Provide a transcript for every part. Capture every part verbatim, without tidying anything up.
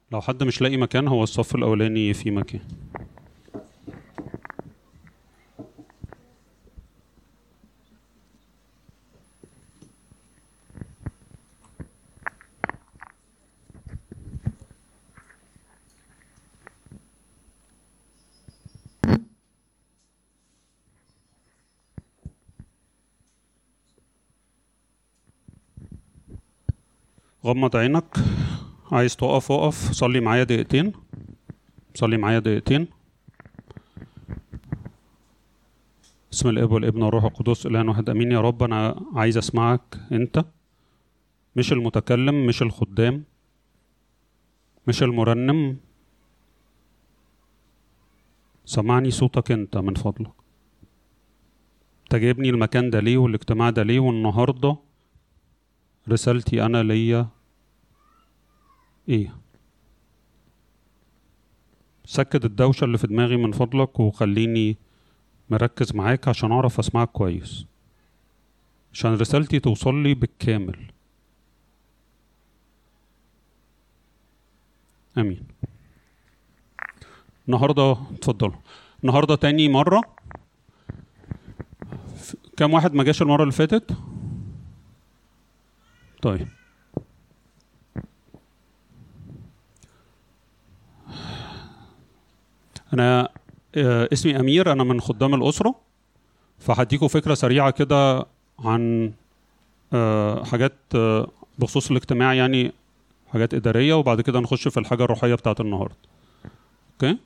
لو حد مش لاقي مكان، هو الصف الأولاني في مكان. غمض عينك، عايز تقف وقف، صلي معايا دقيقتين، صلي معايا دقيقتين. بسم الاب والابن والروح القدس اله واحد امين. يا رب انا عايز اسمعك انت، مش المتكلم، مش الخدام، مش المرنم. سمعني صوتك انت من فضلك. انت جايبني المكان ده ليه والاجتماع ده ليه؟ والنهارده رسالتي انا ليا ايه؟ سكت الدوشة اللي في دماغي من فضلك وخليني مركز معاك عشان اعرف اسمعك كويس، عشان رسالتي توصل لي بالكامل. امين. النهارده اتفضلوا. النهارده تاني مرة. كم واحد ما جاش المرة اللي فاتت؟ طيب انا آه، اسمي امير، انا من خدام الاسره. فهديكوا فكره سريعه كده عن آه، حاجات آه، بخصوص الاجتماع، يعني حاجات اداريه، وبعد كده نخش في الحاجه الروحيه بتاعه النهارده. اوكي.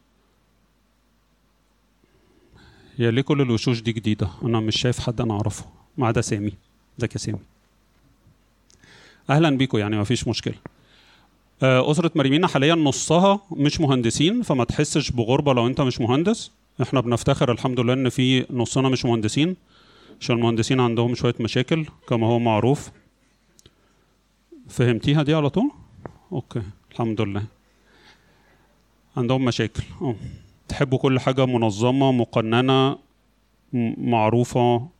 هي ليه كل الوشوش دي جديده؟ انا مش شايف حد انا اعرفه ما عدا سامي. ازيك يا سامي؟ اهلا بيكم، يعني ما فيش مشكله. آه، اسره مريمينا حاليا نصها مش مهندسين، فما تحسش بغربه لو انت مش مهندس. احنا بنفتخر الحمد لله ان في نصنا مش مهندسين، عشان المهندسين عندهم شويه مشاكل كما هو معروف. فهمتيها دي على طول؟ اوكي الحمد لله. عندهم مشاكل. اه تحبوا كل حاجه منظمه مقننه معروفه.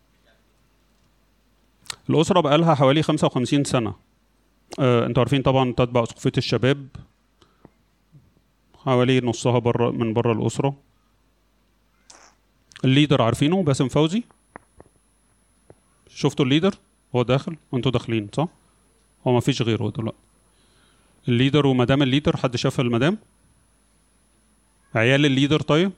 الاسره بقى لها حوالي خمسة وخمسين سنه. آه، انتوا عارفين طبعا تتبع اسقفيه الشباب، حوالي نصها بره، من بره الاسره. الليدر عارفينه باسم فوزي؟ شفتوا الليدر؟ هو داخل وانتوا داخلين صح؟ هو ما فيش غيره دلوقتي. الليدر ومدام الليدر، حد شاف المدام؟ عيال الليدر؟ طيب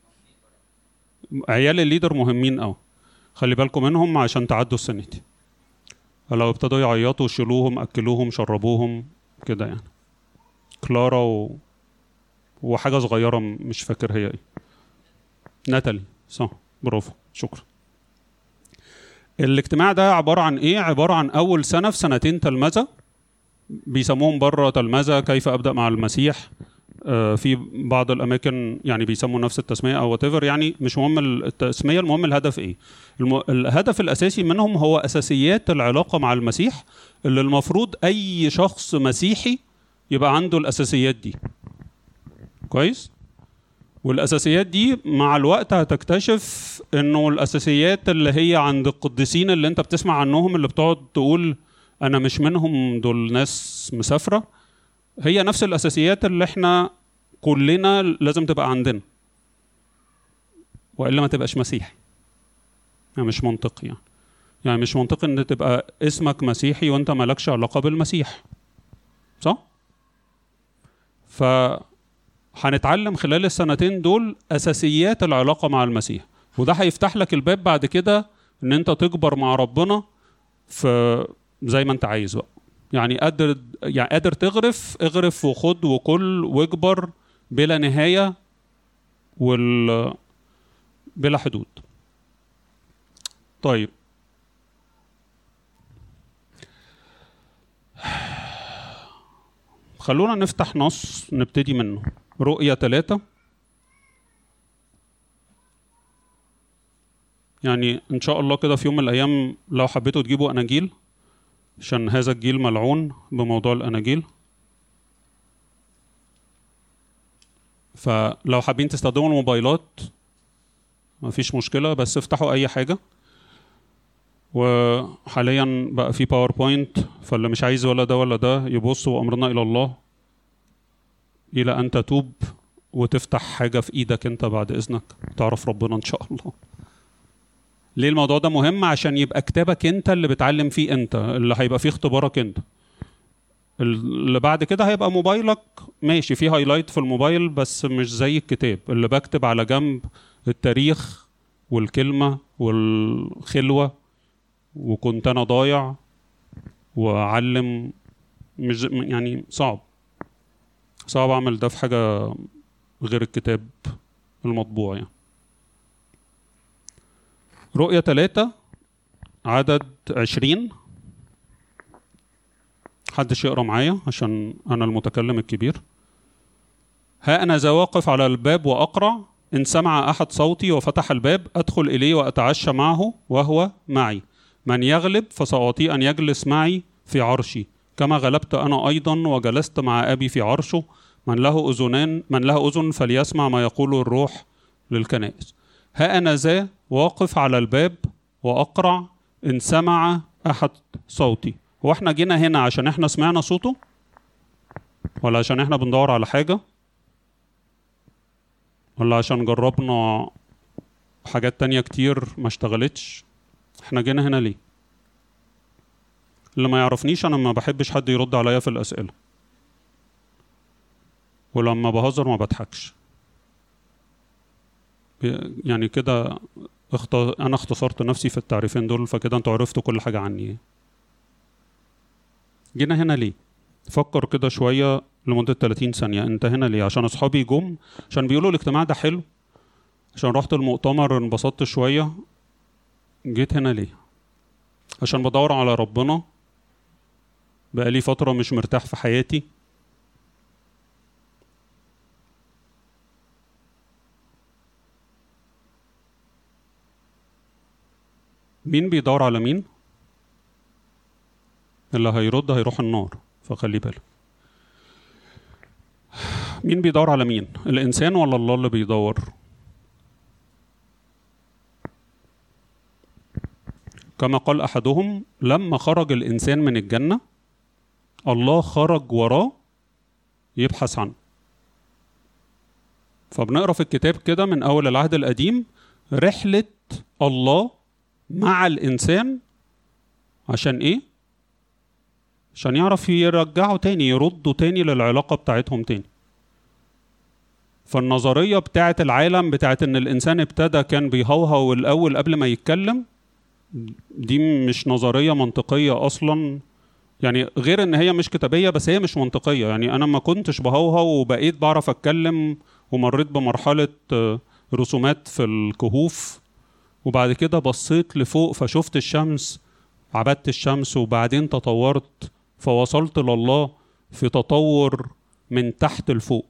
عيال الليدر مهمين قوي، خلي بالكم منهم عشان تعدوا السنة دي. لو ابتدوا يعيطوا شيلوهم، اكلوهم، شربوهم كده يعني. كلارا و... وحاجة صغيرة مش فاكر هي ايه. ناتالي صح، برافو، شكرا. الاجتماع ده عبارة عن ايه؟ عبارة عن اول سنة في سنتين تلمذة، بيسموهم بره تلمذة كيف ابدأ مع المسيح. آه في بعض الاماكن يعني بيسموا نفس التسمية او whatever، يعني مش مهم التسمية، المهم الهدف ايه. الم... الهدف الاساسي منهم هو اساسيات العلاقة مع المسيح، اللي المفروض اي شخص مسيحي يبقى عنده الاساسيات دي. كويس. والاساسيات دي مع الوقت هتكتشف انه الاساسيات اللي هي عند القديسين اللي انت بتسمع عنهم، اللي بتقعد تقول انا مش منهم، دول ناس مسافرة، هي نفس الاساسيات اللي احنا كلنا لازم تبقى عندنا، والا ما تبقاش مسيحي. يعني مش منطقي، يعني يعني مش منطقي ان تبقى اسمك مسيحي وانت مالكش علاقة بالمسيح، صح؟ ف هنتعلم خلال السنتين دول اساسيات العلاقة مع المسيح، وده هيفتح لك الباب بعد كده ان انت تكبر مع ربنا في زي ما انت عايز بقى. يعني قادر يعني قادر تغرف، اغرف وخد وكل واكبر بلا نهاية وال بلا حدود. طيب خلونا نفتح نص نبتدي منه. رؤية ثلاثة. يعني ان شاء الله كده في يوم من الايام لو حبيتوا تجيبوا اناجيل، عشان هذا الجيل ملعون بموضوع الاناجيل، فلو حابين تستخدموا الموبايلات مفيش مشكلة، بس افتحوا اي حاجة. وحاليا بقى في باوربوينت، فاللي مش عايز ولا ده ولا ده يبص، وامرنا الى الله. الى ان تتوب وتفتح حاجة في ايدك انت بعد اذنك تعرف ربنا ان شاء الله. ليه الموضوع ده مهم؟ عشان يبقى كتابك انت اللي بتعلم فيه، انت اللي هيبقى فيه اختبارك انت. اللي بعد كده هيبقى موبايلك ماشي فيه هايلايت في الموبايل، بس مش زي الكتاب اللي بكتب على جنب التاريخ والكلمة والخلوة وكنت انا ضايع واعلم. مش يعني صعب صعب اعمل ده في حاجة غير الكتاب المطبوع يعني. رؤية ثلاثة عدد عشرين، حدش يقرأ معايا عشان أنا المتكلم الكبير. ها أنا ذا واقف على الباب وأقرع، إن سمع أحد صوتي وفتح الباب أدخل إليه وأتعشى معه وهو معي. من يغلب فسأعطيه أن يجلس معي في عرشي كما غلبت أنا أيضا وجلست مع أبي في عرشه. من له أذنان من له أذن فليسمع ما يقوله الروح للكنائس. ها أنا ذا واقف على الباب وأقرع، إن سمع أحد صوتي. هو احنا جينا هنا عشان احنا سمعنا صوته ولا عشان احنا بندور على حاجة ولا عشان جربنا حاجات تانية كتير ما اشتغلتش؟ احنا جينا هنا ليه؟ اللي ما يعرفنيش انا ما بحبش حد يرد عليا في الأسئلة، ولما بهزر ما بضحكش يعني كده. اخت... انا اختصرت نفسي في التعريفين دول، فكده انتوا عرفتوا كل حاجة عني. جينا هنا ليه؟ فكر كده شوية لمدة ثلاثين ثانية. انت هنا ليه؟ عشان اصحابي جم؟ عشان بيقولوا الاجتماع ده حلو؟ عشان رحت المؤتمر انبسطت شوية؟ جيت هنا ليه؟ عشان بدور على ربنا بقالي فترة مش مرتاح في حياتي؟ مين بيدور على مين؟ اللي هيرد هيروح النار، فخلي بالك. مين بيدور على مين؟ الإنسان ولا الله اللي بيدور؟ كما قال أحدهم لما خرج الإنسان من الجنة الله خرج وراه يبحث عنه. فبنقرأ في الكتاب كده من أول العهد القديم رحلة الله مع الإنسان. عشان إيه؟ عشان يعرف يرجعه تاني، يرده تاني للعلاقة بتاعتهم تاني. فالنظرية بتاعت العالم بتاعت ان الانسان ابتدى كان بيهوهو الاول قبل ما يتكلم، دي مش نظرية منطقية اصلا يعني، غير ان هي مش كتابية بس هي مش منطقية. يعني انا ما كنتش بهوهو وبقيت بعرف اتكلم ومريت بمرحلة رسومات في الكهوف، وبعد كده بصيت لفوق فشفت الشمس، عبدت الشمس، وبعدين تطورت فوصلت لله في تطور من تحت لفوق.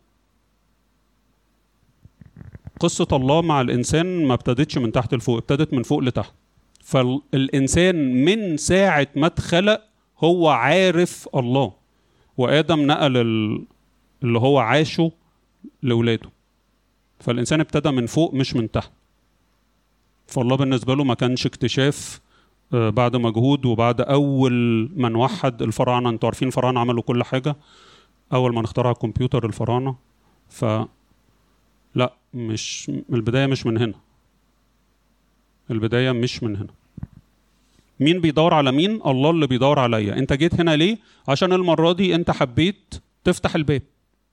قصة الله مع الإنسان ما ابتدتش من تحت لفوق، ابتدت من فوق لتحت. فالإنسان من ساعة ما اتخلق هو عارف الله، وآدم نقل اللي هو عاشه لولاده. فالإنسان ابتدى من فوق مش من تحت. فالله بالنسبة له ما كانش اكتشاف بعد مجهود وبعد أول من وحد الفراعنة. انتوا عارفين الفراعنة عملوا كل حاجة أول ما نخترع الكمبيوتر الفراعنة. ف لا، مش البداية مش من هنا، البداية مش من هنا. مين بيدور على مين؟ الله اللي بيدور عليا. انت جيت هنا ليه؟ عشان المرة دي انت حبيت تفتح الباب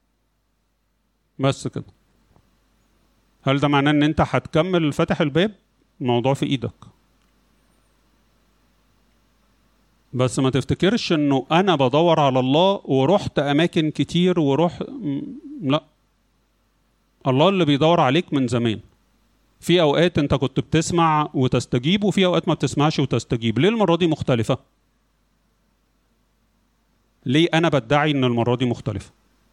بس كده. هل ده معناه ان انت هتكمل فتح الباب؟ الموضوع في ايدك. بس ما تفتكرش انه انا بدور على الله ورحت اماكن كتير وروح، لا، الله اللي بيدور عليك من زمان. في اوقات انت كنت بتسمع وتستجيب وفي اوقات ما بتسمعش وتستجيب. ليه المرة دي مختلفة؟ ليه انا بدعي ان المرة دي مختلفة؟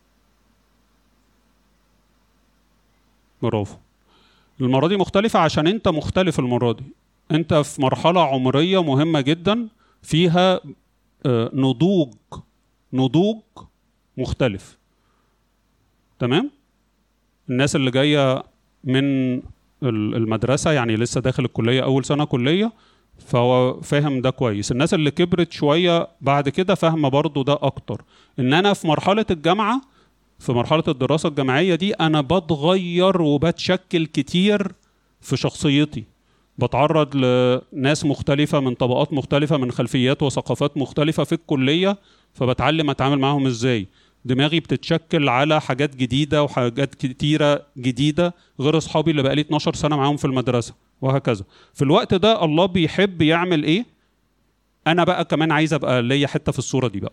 برافو. المرة دي مختلفة عشان انت مختلف. المرة دي انت في مرحلة عمرية مهمة جدا فيها نضوج نضوج مختلف. تمام؟ الناس اللي جاية من المدرسة يعني لسه داخل الكلية أول سنة كلية فهو فاهم ده كويس. الناس اللي كبرت شوية بعد كده فاهمة برضو ده أكتر. إن أنا في مرحلة الجامعة في مرحله الدراسه الجامعيه دي انا بتغير وبتشكل كتير في شخصيتي، بتعرض لناس مختلفه من طبقات مختلفه من خلفيات وثقافات مختلفه في الكليه، فبتعلم اتعامل معاهم ازاي. دماغي بتتشكل على حاجات جديده وحاجات كتيره جديده غير اصحابي اللي بقالي اتناشر سنه معاهم في المدرسه، وهكذا. في الوقت ده الله بيحب يعمل ايه؟ انا بقى كمان عايز ابقى ليا حته في الصوره دي بقى.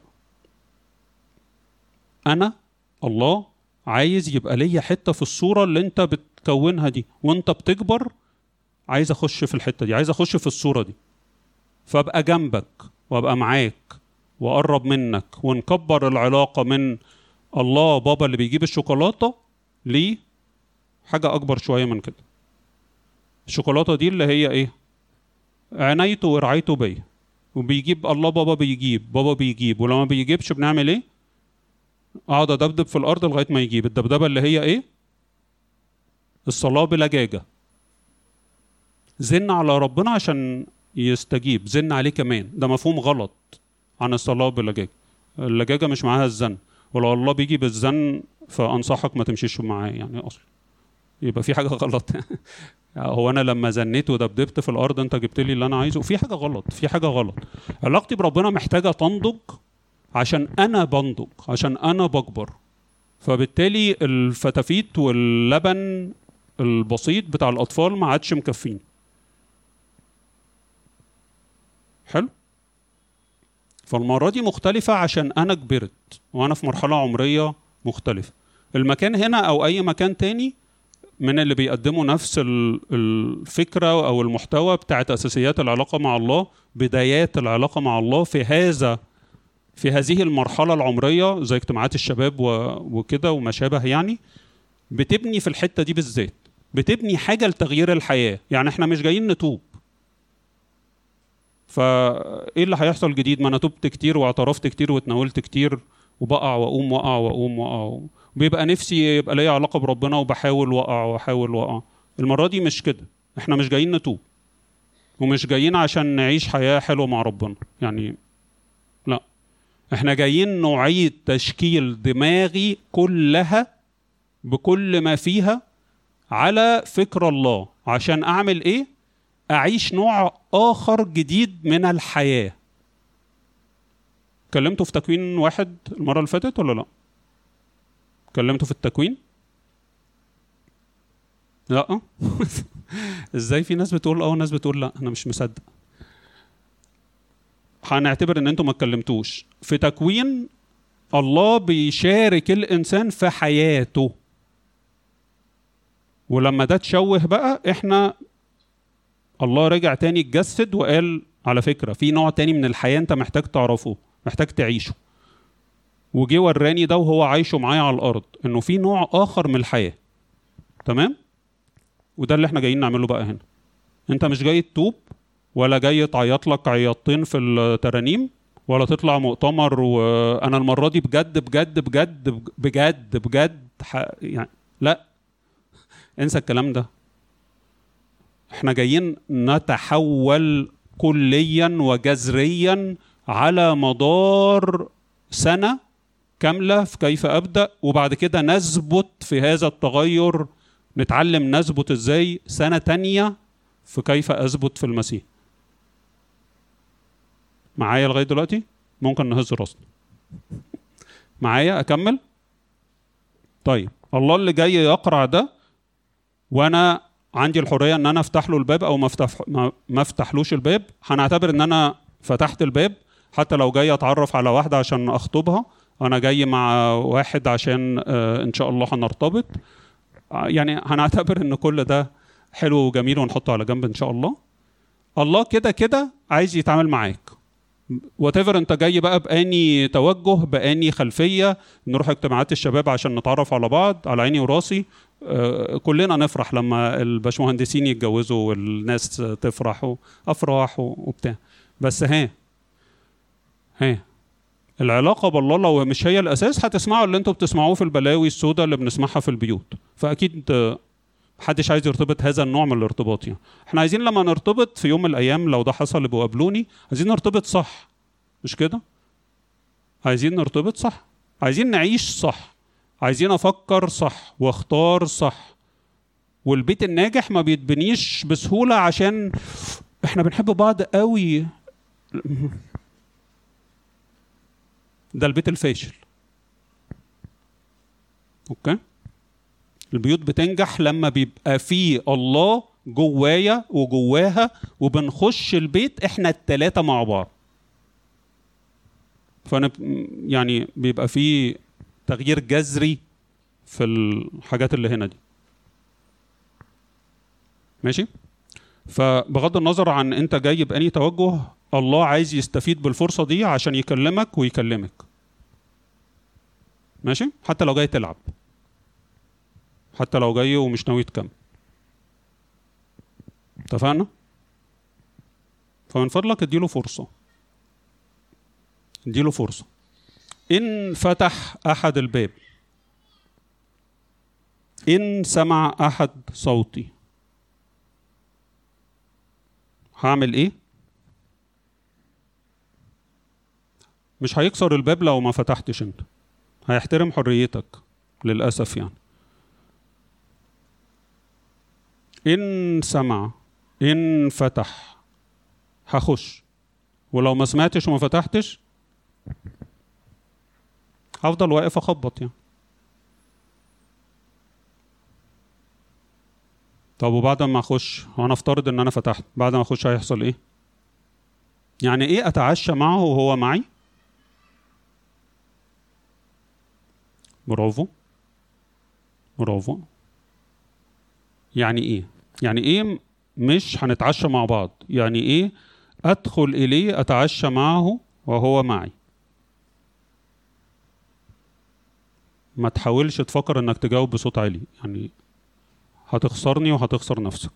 انا الله عايز يبقى ليا حته في الصوره اللي انت بتكونها دي، وانت بتكبر عايز اخش في الحته دي، عايز اخش في الصوره دي، فابقى جنبك وابقى معاك واقرب منك، ونكبر العلاقه من الله بابا اللي بيجيب الشوكولاته ليه حاجه اكبر شويه من كده. الشوكولاته دي اللي هي ايه؟ عنايته ورعايته بيا، وبيجيب الله بابا بيجيب بابا بيجيب، ولما ما بيجيبش بنعمل ايه؟ اقعد ادبدب في الارض لغايه ما يجيب. الدبدبه اللي هي ايه؟ الصلاه بلجاجه. زن على ربنا عشان يستجيب، زن عليه كمان. ده مفهوم غلط عن الصلاه بلجاجه. اللجاجه مش معاها الزن، ولو الله بيجي بالزن فانصحك ما تمشيش معاه يعني اصلا، يبقى في حاجه غلط. هو انا لما زنيت ودبدبت في الارض انت جبت لي اللي انا عايزه؟ في حاجه غلط، في حاجه غلط. علاقتي بربنا محتاجه تنضج عشان انا بنضج، عشان انا بكبر. فبالتالي الفتافيت واللبن البسيط بتاع الاطفال ما عادش مكفيني. حلو. فالمره دي مختلفه عشان انا كبرت وانا في مرحله عمريه مختلفه. المكان هنا او اي مكان تاني من اللي بيقدموا نفس الفكره او المحتوى بتاعت اساسيات العلاقه مع الله، بدايات العلاقه مع الله في هذا في هذه المرحله العمريه زي اجتماعات الشباب وكده وما شابه، يعني بتبني في الحته دي بالذات، بتبني حاجه لتغيير الحياه. يعني احنا مش جايين نتوب، فايه اللي هيحصل جديد؟ ما انا تبت كتير واعترفت كتير واتناولت كتير وبقع واقوم واقع واقوم واقع، بيبقى نفسي يبقى ليا علاقه بربنا وبحاول واقع واحاول واقع. المره دي مش كده، احنا مش جايين نتوب ومش جايين عشان نعيش حياه حلوه مع ربنا، يعني لا، احنا جايين نعيد تشكيل دماغي كلها بكل ما فيها على فكر الله. عشان اعمل ايه؟ اعيش نوع اخر جديد من الحياه. كلمته في تكوين واحد المره اللي فاتت ولا لا؟ كلمته في التكوين؟ لا. ازاي في ناس بتقول اه وناس بتقول لا؟ انا مش مصدق. هنعتبر ان انتوا ما اتكلمتوش في تكوين. الله بيشارك الانسان في حياته، ولما ده تشوه بقى احنا الله رجع تاني اتجسد وقال على فكرة في نوع تاني من الحياة انت محتاج تعرفه، محتاج تعيشه. وجي وراني ده وهو عايشه معايا على الارض، انه في نوع اخر من الحياة. تمام؟ وده اللي احنا جايين نعمله بقى هنا. انت مش جاي تتوب، ولا جاي تعيط لك عياطين في الترانيم، ولا تطلع مؤتمر وانا المرة دي بجد بجد بجد بجد بجد يعني لا، انسى الكلام ده. احنا جايين نتحول كليا وجذريا على مدار سنة كاملة في كيف أبدأ، وبعد كده نثبت في هذا التغير، نتعلم نثبت ازاي سنة تانية في كيف أثبت في المسيح. معايا لغاية دلوقتي؟ ممكن نهز راسنا. معايا أكمل؟ طيب الله اللي جاي يقرع ده وأنا عندي الحرية ان انا افتح له الباب او ما افتح ما افتحلوش الباب. هنعتبر ان انا فتحت الباب، حتى لو جاي اتعرف على واحدة عشان اخطبها، انا جاي مع واحد عشان آه ان شاء الله هنرتبط، يعني هنعتبر ان كل ده حلو وجميل ونحطه على جنب ان شاء الله. الله كده كده عايز يتعامل معاك whatever انت جاي بقى بأني توجه بأني خلفية. نروح اجتماعات الشباب عشان نتعرف على بعض، على عيني وراسي. آه كلنا نفرح لما الباشمهندسين يتجوزوا والناس تفرح، افراح وبتاع. بس ها ها العلاقة بالله لو مش هي الأساس هتسمعوا اللي انتوا بتسمعوه في البلاوي السوداء اللي بنسمعها في البيوت. فأكيد محدش عايز يرتبط هذا النوع من الارتباط. يعني احنا عايزين لما نرتبط في يوم من الأيام، لو ده حصل يبقوا قابلوني، عايزين نرتبط صح، مش كده؟ عايزين نرتبط صح، عايزين نعيش صح، عايزين افكر صح واختار صح. والبيت الناجح ما بيتبنيش بسهولة عشان احنا بنحب بعض قوي. ده البيت الفاشل. اوكي. البيوت بتنجح لما بيبقى فيه الله جوايا وجواها، وبنخش البيت احنا التلاتة مع بعض. فانا يعني بيبقى فيه تغيير جذري في الحاجات اللي هنا دي. ماشي. فبغض النظر عن انت جاي بأني توجه، الله عايز يستفيد بالفرصة دي عشان يكلمك ويكلمك. ماشي. حتى لو جاي تلعب، حتى لو جاي ومش ناوي تكمل. اتفقنا؟ فمن فضلك اديله فرصة، اديله فرصة. إن فتح أحد الباب، إن سمع أحد صوتي، هعمل إيه؟ مش هيكسر الباب لو ما فتحتش أنت، هيحترم حريتك للأسف يعني. إن سمع، إن فتح، هخش. ولو ما سمعتش وما فتحتش هفضل واقف أخبط يعني. طب وبعد ما أخش، وأنا أفترض إن أنا فتحت، بعد ما أخش هيحصل إيه؟ يعني إيه أتعشى معه وهو معي؟ برافو برافو. يعني ايه؟ يعني ايه مش هنتعشى مع بعض؟ يعني ايه ادخل اليه اتعشى معه وهو معي؟ ما تحاولش تفكر انك تجاوب بصوت عالي، يعني هتخسرني وهتخسر نفسك.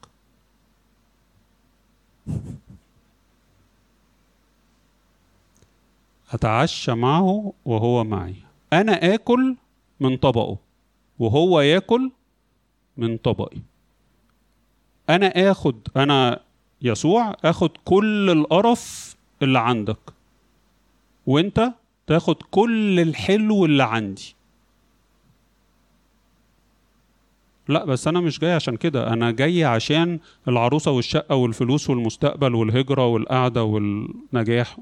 اتعشى معه وهو معي، انا اكل من طبقه وهو ياكل من طبقي. انا اخد، انا يسوع اخد كل القرف اللي عندك، وانت تاخد كل الحلو اللي عندي. لا بس انا مش جاي عشان كده، انا جاي عشان العروسة والشقة والفلوس والمستقبل والهجرة والقعدة والنجاح.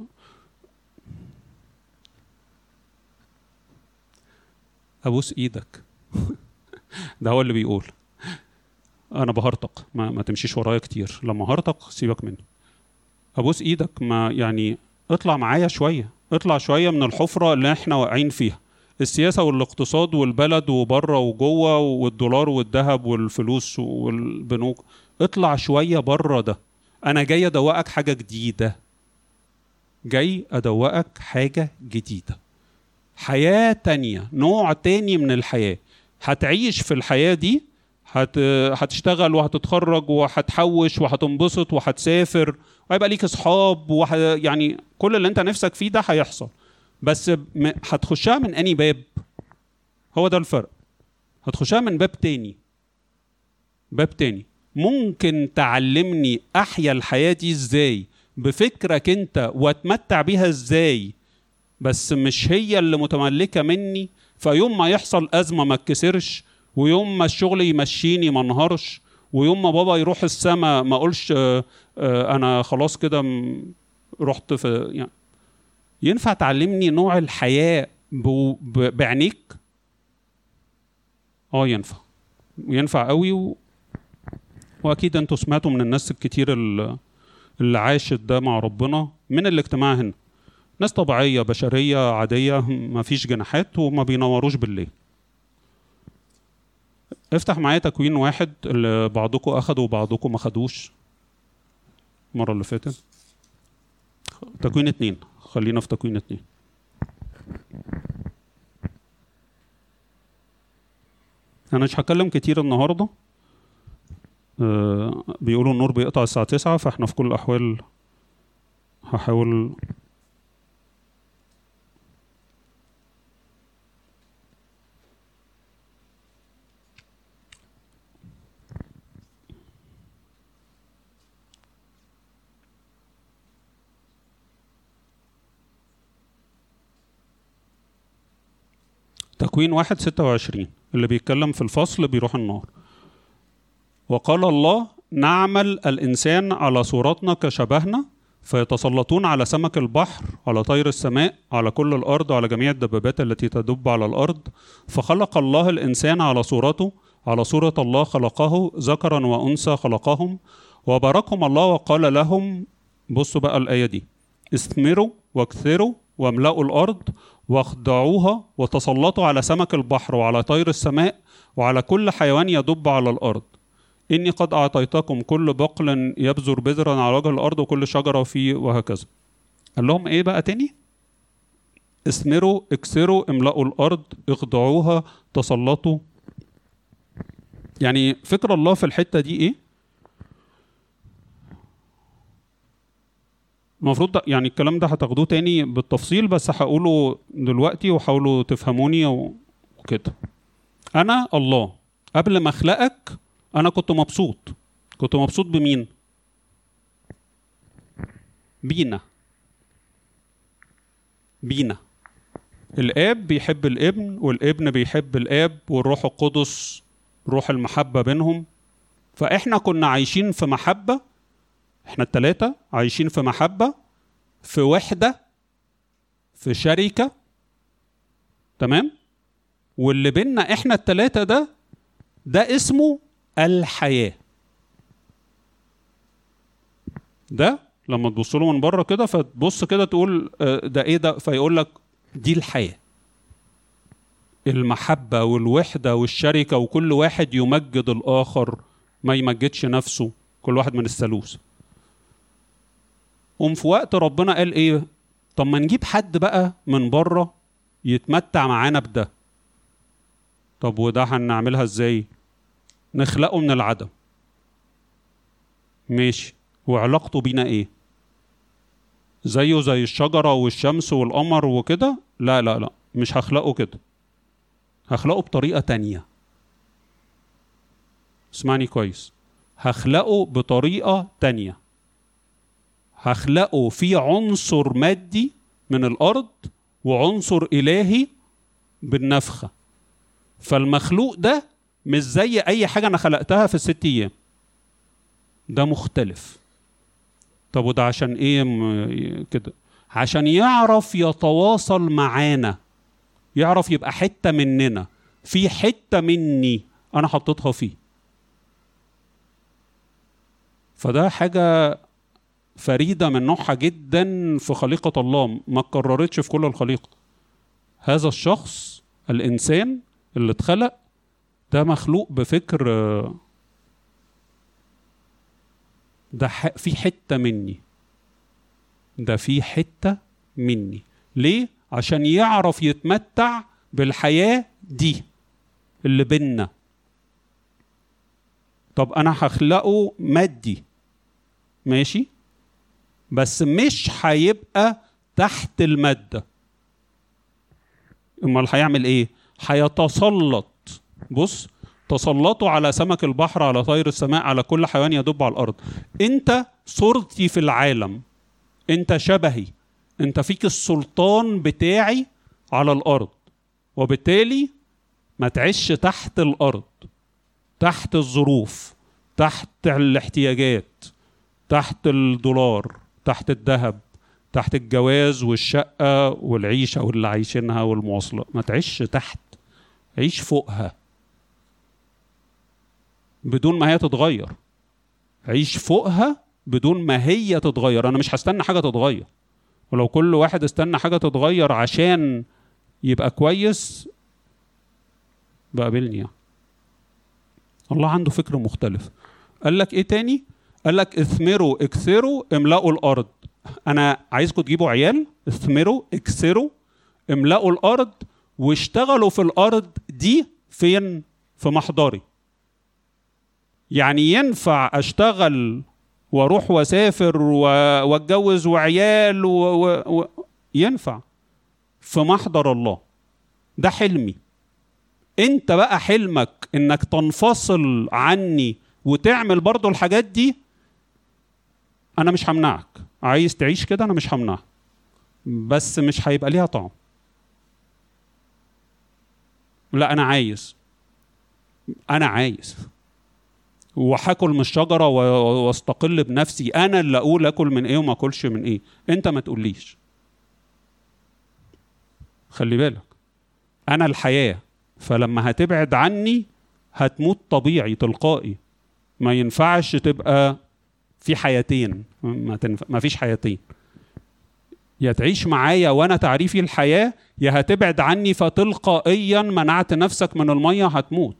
ابوس ايدك. ده هو اللي بيقول انا بهرطق، ما, ما تمشيش ورايا كتير، لما هرطق سيبك مني. ابوس ايدك، ما يعني اطلع معايا شوية، اطلع شوية من الحفرة اللي احنا واقعين فيها، السياسة والاقتصاد والبلد وبره وجوه والدولار والذهب والفلوس والبنوك. اطلع شوية بره ده. انا جاي ادوقك حاجة جديدة، جاي ادوقك حاجة جديدة، حياة تانية، نوع تاني من الحياة. هتعيش في الحياة دي، هت... هتشتغل وهتتخرج وهتحوش وهتنبسط وهتسافر وهيبقى ليك اصحاب وح... يعني كل اللي انت نفسك فيه ده هيحصل. بس م... هتخشها من اني باب؟ هو ده الفرق. هتخشها من باب تاني، باب تاني ممكن تعلمني احيا الحياة دي ازاي بفكرك انت واتمتع بيها ازاي، بس مش هي اللي متملكة مني. فيوم ما يحصل أزمة ما اتكسرش، ويوم ما الشغل يمشيني ما انهارش، ويوم ما بابا يروح السما ما اقولش آه آه انا خلاص كده رحت في يعني. ينفع تعلمني نوع الحياة بعينيك؟ اه ينفع، ينفع قوي. و... واكيد انتوا سمعتوا من الناس الكتير اللي عاشت ده مع ربنا من الاجتماع هنا، ناس طبيعية بشرية عادية، ما فيش جناحات وما بينوروش بالليل. افتح معايا تكوين واحد اللي بعضكم اخدوا وبعضكم ما خدوش المرة اللي فاتت. تكوين اتنين، خلينا في تكوين اتنين. انا مش هتكلم كتير النهاردة. أه بيقولوا النور بيقطع الساعة تسعة، فاحنا في كل الاحوال هحاول تكوين واحد ستة وعشرين اللي بيتكلم في الفصل بيروح النار. وقال الله نعمل الإنسان على صورتنا كشبهنا فيتسلطون على سمك البحر على طير السماء على كل الأرض وعلى جميع الدبابات التي تدب على الأرض. فخلق الله الإنسان على صورته، على صورة الله خلقه، ذكرا وأنثى خلقهم، وباركهم الله وقال لهم، بصوا بقى الآية دي، اثمروا واكثروا واملأوا الأرض واخضعوها وتسلطوا على سمك البحر وعلى طير السماء وعلى كل حيوان يدب على الأرض. إني قد أعطيتكم كل بقل يبذر بذرا على وجه الأرض وكل شجرة فيه، وهكذا. قال لهم إيه بقى تاني؟ اثمروا اكسروا املأوا الأرض اخضعوها تسلطوا. يعني فكر الله في الحتة دي إيه؟ المفروض يعني الكلام ده هتاخدوه تاني بالتفصيل، بس هقوله دلوقتي وحاولوا تفهموني وكده. أنا الله قبل ما أخلقك أنا كنت مبسوط. كنت مبسوط بمين؟ بينا. بينا. الآب بيحب الابن والابن بيحب الآب والروح القدس روح المحبة بينهم. فإحنا كنا عايشين في محبة، إحنا التلاتة عايشين في محبة، في وحدة، في شركة، تمام؟ واللي بيننا إحنا التلاتة ده ده اسمه الحياة. ده لما تبص له من بره كده فتبص كده تقول ده ايه ده، فيقول لك دي الحياة، المحبة والوحدة والشركة، وكل واحد يمجد الآخر ما يمجدش نفسه، كل واحد من الثالوث. قوم في وقت ربنا قال ايه؟ طب ما نجيب حد بقى من بره يتمتع معانا بده. طب وده هنعملها ازاي؟ نخلقه من العدم. ماشي، وعلاقته بينا ايه؟ زيه زي الشجرة والشمس والقمر وكده؟ لا لا لا، مش هخلقه كده، هخلقه بطريقة تانية. اسمعني كويس، هخلقه بطريقة تانية. هخلقه في عنصر مادي من الأرض وعنصر إلهي بالنفخة. فالمخلوق ده مش زي أي حاجة أنا خلقتها في الست أيام، ده مختلف. طب وده عشان إيه كده؟ عشان يعرف يتواصل معانا، يعرف يبقى حتة مننا، في حتة مني أنا حطيتها فيه. فده حاجة فريدة من نوعها جدا في خليقة الله، ما اتكررتش في كل الخليقة. هذا الشخص الإنسان اللي اتخلق ده مخلوق بفكر، ده في حتة مني، ده في حتة مني. ليه؟ عشان يعرف يتمتع بالحياة دي اللي بينا. طب أنا هخلقه مادي، ماشي، بس مش هيبقى تحت المادة. امال هيعمل ايه؟ هيتسلط. بص، تسلطوا على سمك البحر على طير السماء على كل حيوان يدب على الارض. انت صورتي في العالم، انت شبهي، انت فيك السلطان بتاعي على الارض، وبالتالي ما تعيش تحت الارض، تحت الظروف، تحت الاحتياجات، تحت الدولار، تحت الذهب، تحت الجواز والشقة والعيشة واللي عايشينها والمواصلات. ما تعيش تحت، عيش فوقها بدون ما هي تتغير. عيش فوقها بدون ما هي تتغير. أنا مش هستنى حاجة تتغير، ولو كل واحد استنى حاجة تتغير عشان يبقى كويس بقابلني يعني. الله عنده فكر مختلف. قال لك إيه تاني؟ قال لك اثمروا اكثروا املأوا الأرض. أنا عايزكم تجيبوا عيال، اثمروا اكثروا املأوا الأرض واشتغلوا في الأرض دي. فين؟ في محضري. يعني ينفع أشتغل واروح واسافر واتجوز وعيال و... و... و... ينفع في محضر الله. ده حلمي. انت بقى حلمك انك تنفصل عني وتعمل برضو الحاجات دي، انا مش همنعك. عايز تعيش كده انا مش همنعك، بس مش هيبقى ليها طعم. لا انا عايز انا عايز وهاكل من الشجره واستقل بنفسي، انا اللي اقول اكل من ايه وما اكلش من ايه، انت ما تقوليش. خلي بالك انا الحياه، فلما هتبعد عني هتموت طبيعي تلقائي. ما ينفعش تبقى في حياتين، ما, تنفع ما فيش حياتين. يا تعيش معايا وانا تعريفي الحياه، يا هتبعد عني فتلقائيا منعت نفسك من الميه هتموت.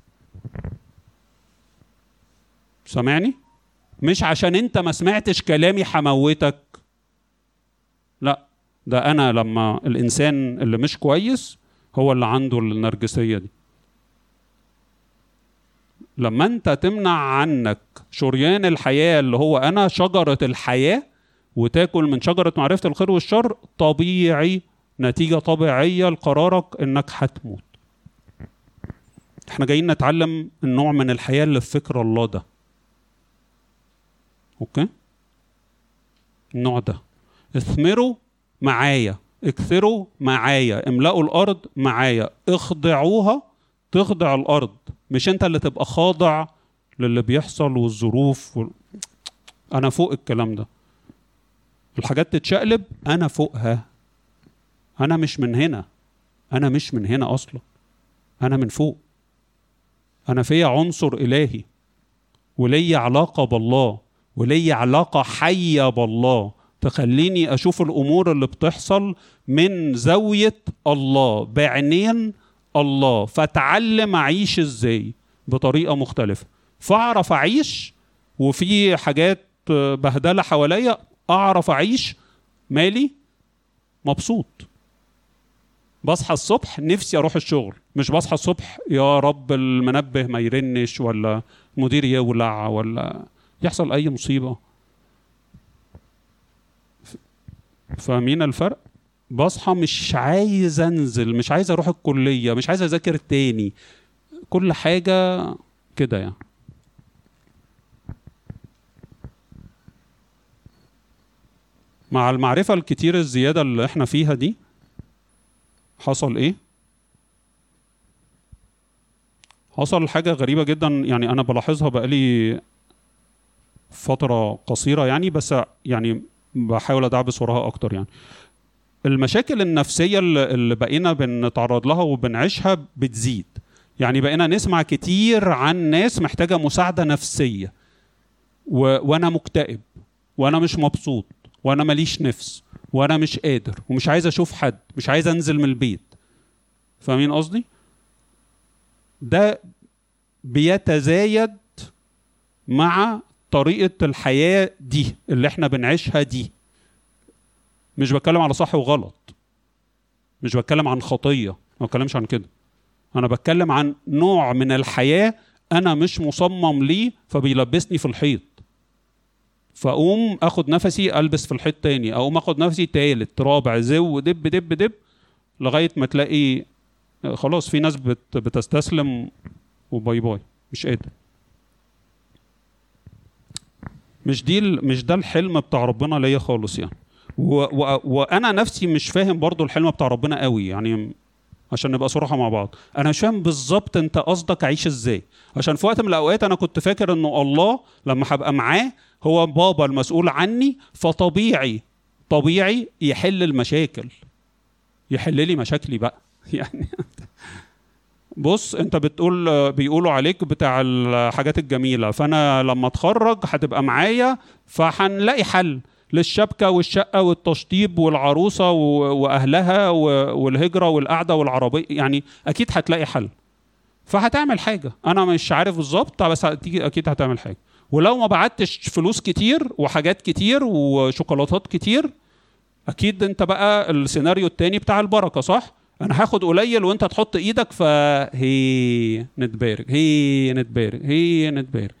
سامعني؟ مش عشان انت ما سمعتش كلامي هموتك، لا، ده انا لما الانسان اللي مش كويس هو اللي عنده النرجسيه دي. لما انت تمنع عنك شريان الحياه اللي هو انا شجره الحياه وتاكل من شجره معرفه الخير والشر، طبيعي، نتيجه طبيعيه لقرارك انك هتموت. احنا جايين نتعلم النوع من الحياه اللي في فكر الله ده. اوكي؟ النوع ده اثمروا معايا، اكثروا معايا، املأوا الارض معايا، اخضعوها، تخضع الارض، مش انت اللي تبقى خاضع للي بيحصل والظروف و... انا فوق الكلام ده. الحاجات تتشقلب انا فوقها، انا مش من هنا، انا مش من هنا اصلا، انا من فوق. انا فيا عنصر الهي ولي علاقه بالله ولي علاقه حيه بالله تخليني اشوف الامور اللي بتحصل من زاويه الله، بعينين الله، فاتعلم اعيش ازاي بطريقه مختلفه، فاعرف اعيش وفي حاجات بهدله حواليا اعرف اعيش مالي مبسوط. بصحى الصبح نفسي اروح الشغل، مش بصحى الصبح يا رب المنبه ما يرنش ولا مدير يولع ولا يحصل اي مصيبه. فاهمين الفرق؟ بصحى مش عايز انزل، مش عايز اروح الكليه، مش عايز اذاكر تاني، كل حاجه كده يعني. مع المعرفه الكتير الزياده اللي احنا فيها دي حصل ايه؟ حصل حاجه غريبه جدا، يعني انا بلاحظها بقالي فتره قصيره يعني، بس يعني بحاول ادعبس وراها اكتر. يعني المشاكل النفسيه اللي بقينا بنتعرض لها وبنعيشها بتزيد. يعني بقينا نسمع كتير عن ناس محتاجه مساعده نفسيه، و... وانا مكتئب وانا مش مبسوط وانا ماليش نفس وانا مش قادر ومش عايز اشوف حد، مش عايز انزل من البيت. فاهمين قصدي؟ ده بيتزايد مع طريقه الحياه دي اللي احنا بنعيشها دي. مش بتكلم على صح وغلط، مش بتكلم عن خطيه، ما بتكلمش عن كده. انا بتكلم عن نوع من الحياه انا مش مصمم ليه فبيلبسني في الحيط، فاقوم اخد نفسي البس في الحيط تاني، اقوم اخد نفسي تالت رابع زو دب دب دب لغايه ما تلاقي خلاص في ناس بت بتستسلم وباي باي، مش قادر. مش دي مش ده الحلم بتاع ربنا ليا خالص يعني. و و وانا نفسي مش فاهم برضو الحلم بتاع ربنا قوي يعني، عشان نبقى صراحه مع بعض. انا مش فاهم بالظبط انت قصدك اعيش ازاي، عشان في وقت من الاوقات انا كنت فاكر انه الله لما هبقى معاه هو بابا المسؤول عني، فطبيعي طبيعي يحل المشاكل، يحل لي مشاكلي بقى يعني. بص انت بتقول بيقولوا عليك بتاع الحاجات الجميله، فانا لما اتخرج هتبقى معايا فهنلاقي حل للشبكه والشقه والتشطيب والعروسه واهلها والهجره والقعده والعربيه، يعني اكيد هتلاقي حل، فهتعمل حاجه. انا مش عارف بالظبط بس اكيد هتعمل حاجه. ولو ما بعتش فلوس كتير وحاجات كتير وشوكولاتات كتير، اكيد انت بقى السيناريو التاني بتاع البركه، صح؟ انا هاخد قليل وانت تحط ايدك فهي نتبارك هي نتبارك هي نتبارك.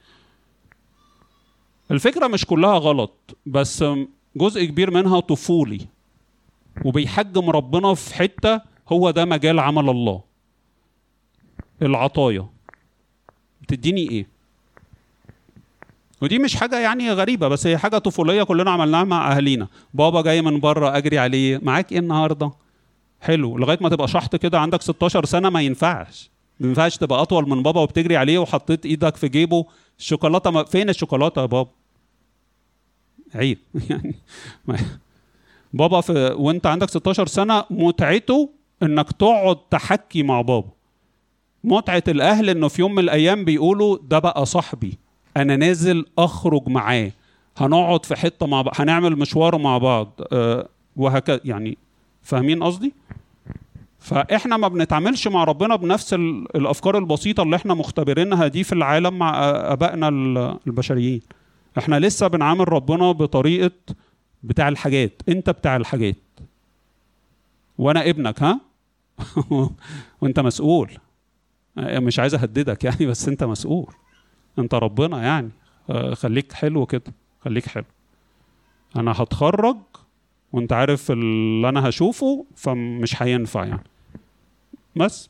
الفكره مش كلها غلط، بس جزء كبير منها طفولي وبيحجم ربنا في حته هو ده مجال عمل الله. العطايا بتديني ايه؟ ودي مش حاجه يعني غريبه، بس هي حاجه طفوليه كلنا عملناها مع اهالينا. بابا جاي من بره اجري عليه، معاك ايه النهارده؟ حلو لغايه ما تبقى شحط كده عندك ستاشر سنه ما ينفعش، ما ينفعش تبقى اطول من بابا وبتجري عليه وحطيت ايدك في جيبه الشوكولاته ما... فين الشوكولاته يا بابا؟ عيب يعني بابا في وانت عندك ستاشر سنه متعته انك تقعد تحكي مع بابا. متعه الاهل انه في يوم من الايام بيقولوا ده بقى صاحبي، انا نازل اخرج معاه، هنقعد في حته مع بعض، هنعمل مشوار مع بعض أه وهكذا. يعني فاهمين قصدي؟ فاحنا ما بنتعاملش مع ربنا بنفس الافكار البسيطه اللي احنا مختبرينها دي في العالم مع ابائنا البشريين. احنا لسه بنعامل ربنا بطريقه بتاع الحاجات، انت بتاع الحاجات وانا ابنك، ها وانت مسؤول. مش عايز اهددك يعني، بس انت مسؤول، انت ربنا يعني. خليك حلو كده، خليك حلو. انا هتخرج وانت عارف اللي انا هشوفه فمش هينفع يعني. بس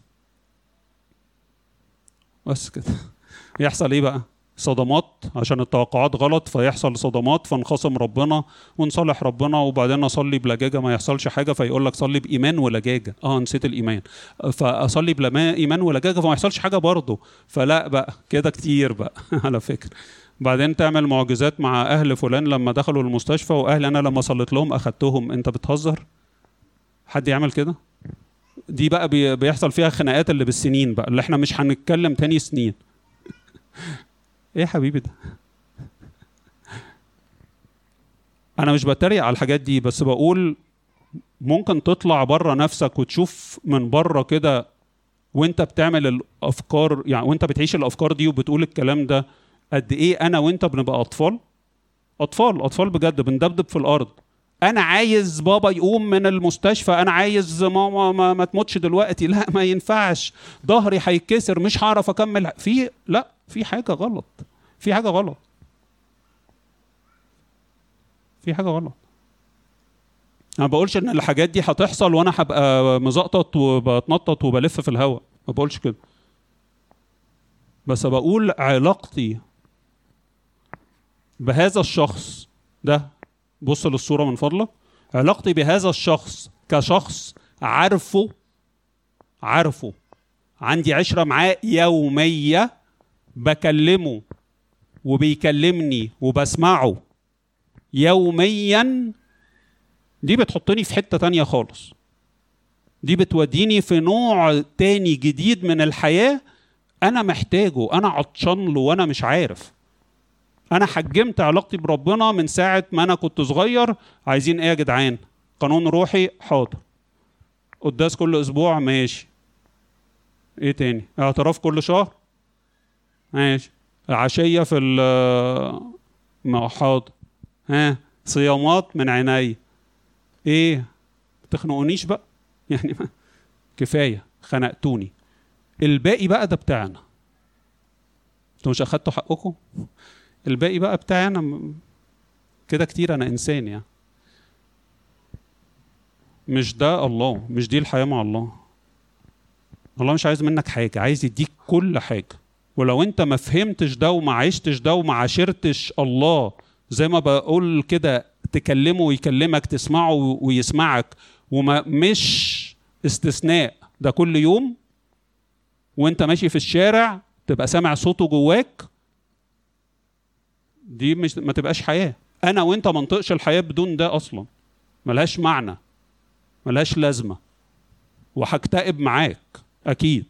بس كده. يحصل ايه بقى؟ صدمات عشان التوقعات غلط، فيحصل صدمات فنخاصم ربنا ونصالح ربنا، وبعدين اصلي بلجاجه ما يحصلش حاجه فيقول لك صلي بايمان ولجاجه. اه نسيت الايمان، فاصلي بلا ايمان ولجاجه فما يحصلش حاجه برضه. فلا بقى كده كتير بقى على فكره. بعدين تعمل معجزات مع اهل فلان لما دخلوا المستشفى، واهل انا لما صليت لهم اخدتهم. انت بتهزر؟ حد يعمل كده؟ دي بقى بيحصل فيها خناقات اللي بالسنين بقى، اللي احنا مش هنتكلم تاني سنين. ايه يا حبيبي ده؟ انا مش بتريق على الحاجات دي، بس بقول ممكن تطلع بره نفسك وتشوف من بره كده وانت بتعمل الافكار يعني، وانت بتعيش الافكار دي وبتقول الكلام ده، قد ايه انا وانت بنبقى اطفال اطفال اطفال بجد، بندبدب في الارض. انا عايز بابا يقوم من المستشفى، انا عايز ماما ما, ما تموتش دلوقتي، لا ما ينفعش، ظهري هيتكسر مش هعرف اكمل. في لا في حاجه غلط، في حاجه غلط، في حاجه غلط. انا ما بقولش ان الحاجات دي هتحصل وانا هبقى مزقطط وبتنطط وبلف في الهواء، ما بقولش كده، بس بقول علاقتي بهذا الشخص ده، بص للصورة من فضلك، علاقتي بهذا الشخص كشخص عارفه عارفه عندي عشرة معاه يومية، بكلمه وبيكلمني وبسمعه يوميا، دي بتحطني في حتة تانية خالص، دي بتوديني في نوع تاني جديد من الحياة أنا محتاجه، أنا عطشان له وأنا مش عارف. أنا حجمت علاقتي بربنا من ساعة ما أنا كنت صغير. عايزين إيه يا جدعان؟ قانون روحي، حاضر. قداس كل أسبوع، ماشي. إيه تاني؟ اعتراف كل شهر، ماشي. عشية في ال حاضر. ها صيامات من عيني. إيه؟ تخنقونيش بقى يعني، كفاية خنقتوني. الباقي بقى ده بتاعنا، انتوا مش أخدتوا حقكم؟ الباقي بقى بتاعي انا كده كتير، انا انسان يعني. مش ده الله، مش دي الحياة مع الله. الله مش عايز منك حاجة، عايز يديك كل حاجة. ولو انت ما فهمتش ده وما عشتش ده وما عاشرتش الله زي ما بقول كده، تكلمه ويكلمك، تسمعه ويسمعك، وما مش استثناء، ده كل يوم وانت ماشي في الشارع تبقى سامع صوته جواك، دي مش ما تبقاش حياة. أنا وأنت ما نطقش الحياة بدون ده أصلا، ملهاش معنى، ملهاش لازمة، وهكتئب معاك أكيد.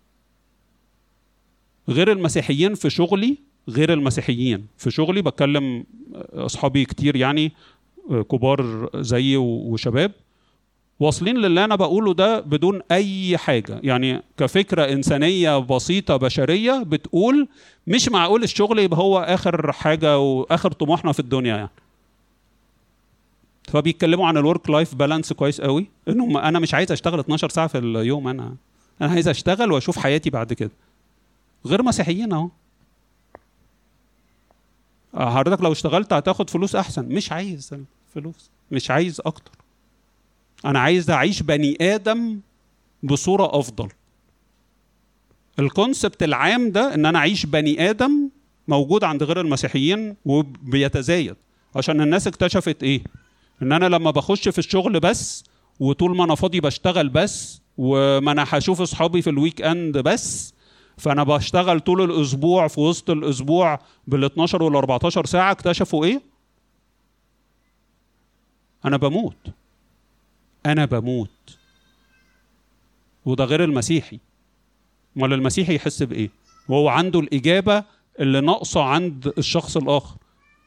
غير المسيحيين في شغلي، غير المسيحيين في شغلي بتكلم أصحابي كتير يعني كبار زيي وشباب واصلين للي أنا بقوله ده بدون أي حاجة يعني، كفكرة إنسانية بسيطة بشرية بتقول مش معقول الشغل يبقى هو آخر حاجة وآخر طموحنا في الدنيا يعني. فبيتكلموا عن الورك لايف بالانس كويس قوي، إنهم أنا مش عايز أشتغل اتناشر ساعة في اليوم، أنا أنا عايز أشتغل وأشوف حياتي بعد كده. غير مسيحيين أهو، حضرتك لو اشتغلت هتاخد فلوس أحسن، مش عايز فلوس، مش عايز أكتر، أنا عايز أعيش بني آدم بصورة أفضل. الكونسبت العام ده إن أنا أعيش بني آدم موجود عند غير المسيحيين وبيتزايد، عشان الناس اكتشفت إيه؟ إن أنا لما بخش في الشغل بس وطول ما انا فاضي بشتغل بس، وما انا هشوف اصحابي في الويك اند بس، فانا بشتغل طول الاسبوع في وسط الاسبوع بال اتناشر ولا اربعتاشر ساعه. اكتشفوا ايه؟ انا بموت، انا بموت. وده غير المسيحي. ولا المسيحي يحس بايه وهو عنده الاجابه اللي ناقصه عند الشخص الاخر؟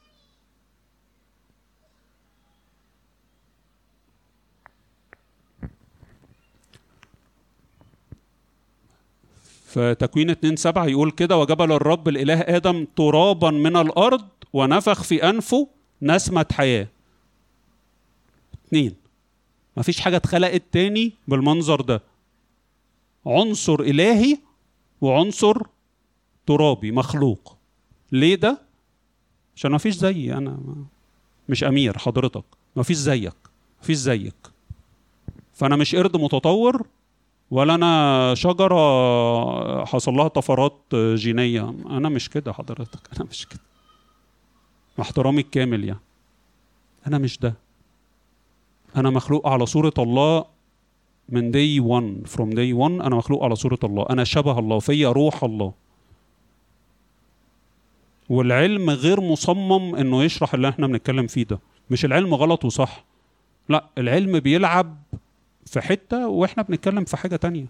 فتكوين اتنين سبعة يقول كده: وجبل الرب الإله آدم ترابا من الأرض ونفخ في أنفه نسمة حياة. اتنين، مفيش حاجة اتخلقت تاني بالمنظر ده، عنصر إلهي وعنصر ترابي مخلوق. ليه ده؟ عشان مفيش زيي، أنا مش أمير حضرتك، مفيش زيك، مفيش زيك. فأنا مش قرد متطور، ولا انا شجره حصل لها طفرات جينيه. انا مش كده حضرتك، انا مش كده، مع احترامي الكامل يعني. انا مش ده. انا مخلوق على صوره الله من day one، from day one انا مخلوق على صوره الله، انا شبه الله، فيا روح الله. والعلم غير مصمم انه يشرح اللي احنا بنتكلم فيه ده. مش العلم غلط وصح، لا، العلم بيلعب في حتة واحنا بنتكلم في حاجة تانية.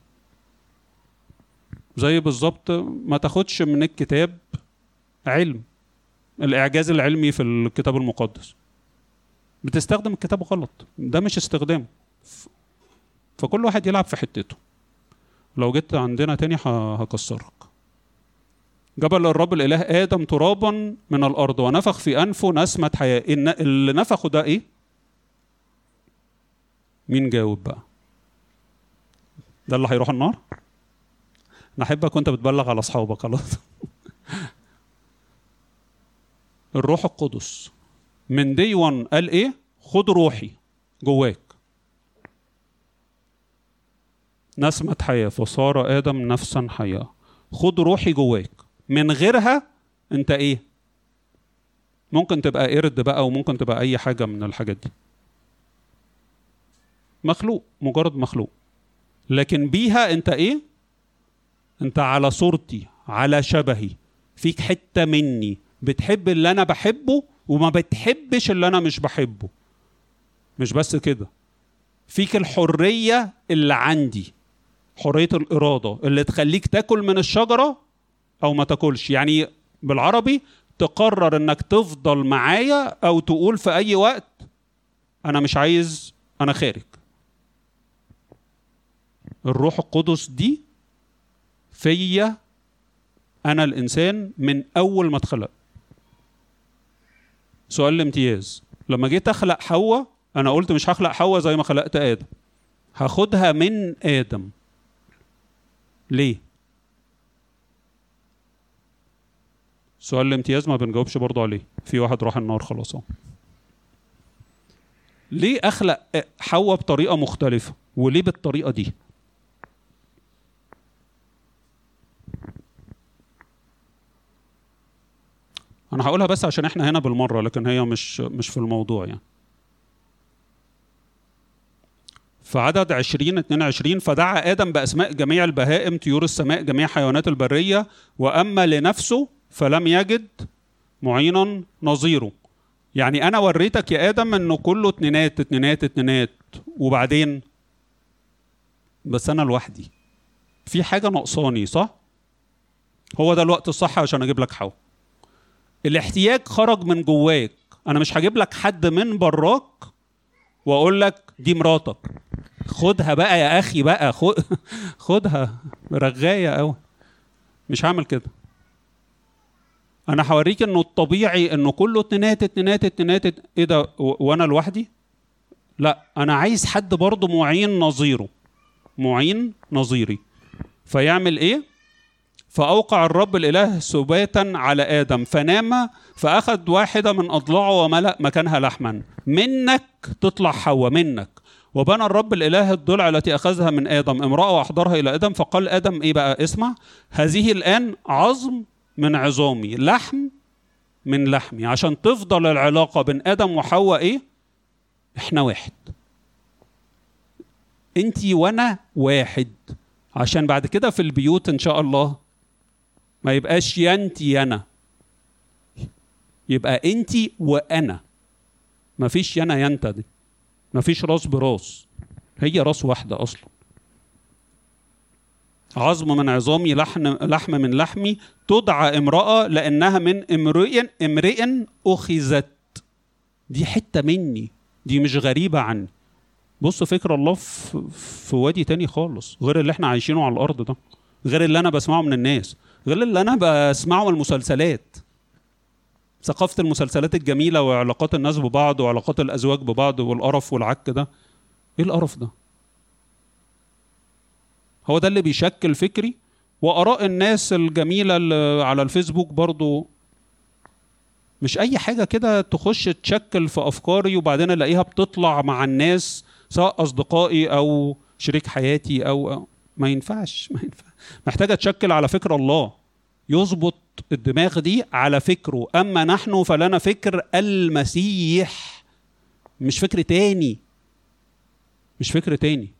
زي بالظبط ما تاخدش من الكتاب علم، الإعجاز العلمي في الكتاب المقدس، بتستخدم الكتاب غلط، ده مش استخدامه. فكل واحد يلعب في حتته. لو جيت عندنا تاني هكسرك. جبل الرب الإله آدم ترابا من الأرض ونفخ في أنفه نسمة حياة. اللي نفخه ده إيه؟ مين جاوب بقى؟ ده اللي هيروح النار؟ نحبك وانت بتبلغ على اصحابك خلاص. الروح القدس من دي وان قال ايه؟ خد روحي جواك، نسمة حياة، فصار آدم نفسا حياة. خد روحي جواك، من غيرها انت ايه؟ ممكن تبقى قرد بقى، وممكن تبقى اي حاجة من الحاجات دي، مخلوق، مجرد مخلوق. لكن بيها انت ايه؟ انت على صورتي، على شبهي، فيك حتة مني، بتحب اللي انا بحبه وما بتحبش اللي انا مش بحبه. مش بس كده، فيك الحرية اللي عندي، حرية الإرادة اللي تخليك تاكل من الشجرة او ما تاكلش. يعني بالعربي تقرر انك تفضل معايا او تقول في اي وقت انا مش عايز، انا خارج. الروح القدس دي فيا انا الانسان من اول ما اتخلق. سؤال الامتياز: لما جيت اخلق حواء انا قلت مش هخلق حواء زي ما خلقت ادم، هاخدها من ادم. ليه؟ سؤال الامتياز ما بنجاوبش برضو عليه، في واحد راح النار خلاص اهو. ليه اخلق حواء بطريقه مختلفه؟ وليه بالطريقه دي؟ انا هقولها بس عشان احنا هنا بالمره، لكن هي مش مش في الموضوع يعني. في عدد عشرين اتنين وعشرين: فدعا آدم بأسماء جميع البهائم، طيور السماء، جميع حيوانات البرية، وأما لنفسه فلم يجد معينا نظيره. يعني أنا وريتك يا آدم إنه كله اتنينات اتنينات اتنينات، وبعدين بس أنا لوحدي، في حاجة ناقصاني، صح؟ هو ده الوقت الصح عشان أجيب لك حواء. الاحتياج خرج من جواك، أنا مش هجيب لك حد من براك وأقول لك دي مراتك خدها بقى يا أخي بقى، خدها رغاية أوي، مش هعمل كده. أنا هوريك إنه الطبيعي إنه كله اتنينات اتنينات اتنينات. إيه ده وأنا لوحدي؟ لا، أنا عايز حد برضه معين نظيره، معين نظيري. فيعمل إيه؟ فأوقع الرب الإله سباتا على آدم فنام، فأخذ واحدة من أضلاعه وملأ مكانها لحما. منك تطلع حواء، منك. وبنى الرب الإله الضلع التي أخذها من آدم امرأة وأحضرها إلى آدم، فقال آدم إيه بقى؟ اسمع: هذه الآن عظم من عظامي، لحم من لحمي. عشان تفضل العلاقة بين آدم وحواء إيه؟ إحنا واحد. انتي وانا واحد، عشان بعد كده في البيوت ان شاء الله ما يبقاش يا انتي يا انا، يبقى انتي وانا. ما فيش يا انا يا انت، دي ما فيش راس براس، هي راس واحده اصلا. عظم من عظامي، لحم لحم من لحمي، تدعى امرأة لأنها من امرئ امرئ أخذت. دي حتة مني، دي مش غريبة عني. بص فكر الله في, في وادي تاني خالص، غير اللي احنا عايشينه على الأرض ده، غير اللي أنا بسمعه من الناس، غير اللي أنا بسمعه من المسلسلات. ثقافة المسلسلات الجميلة وعلاقات الناس ببعض وعلاقات الأزواج ببعض والقرف والعك ده. إيه القرف ده؟ هو ده اللي بيشكل فكري. وآراء الناس الجميلة اللي على الفيسبوك برضو مش أي حاجة كده تخش تشكل في أفكاري وبعدين ألاقيها بتطلع مع الناس، سواء أصدقائي أو شريك حياتي أو, أو ما ينفعش ما ينفع. محتاجة تشكل على فكر الله، يظبط الدماغ دي على فكره. أما نحن فلنا فكر المسيح، مش فكر تاني، مش فكر تاني.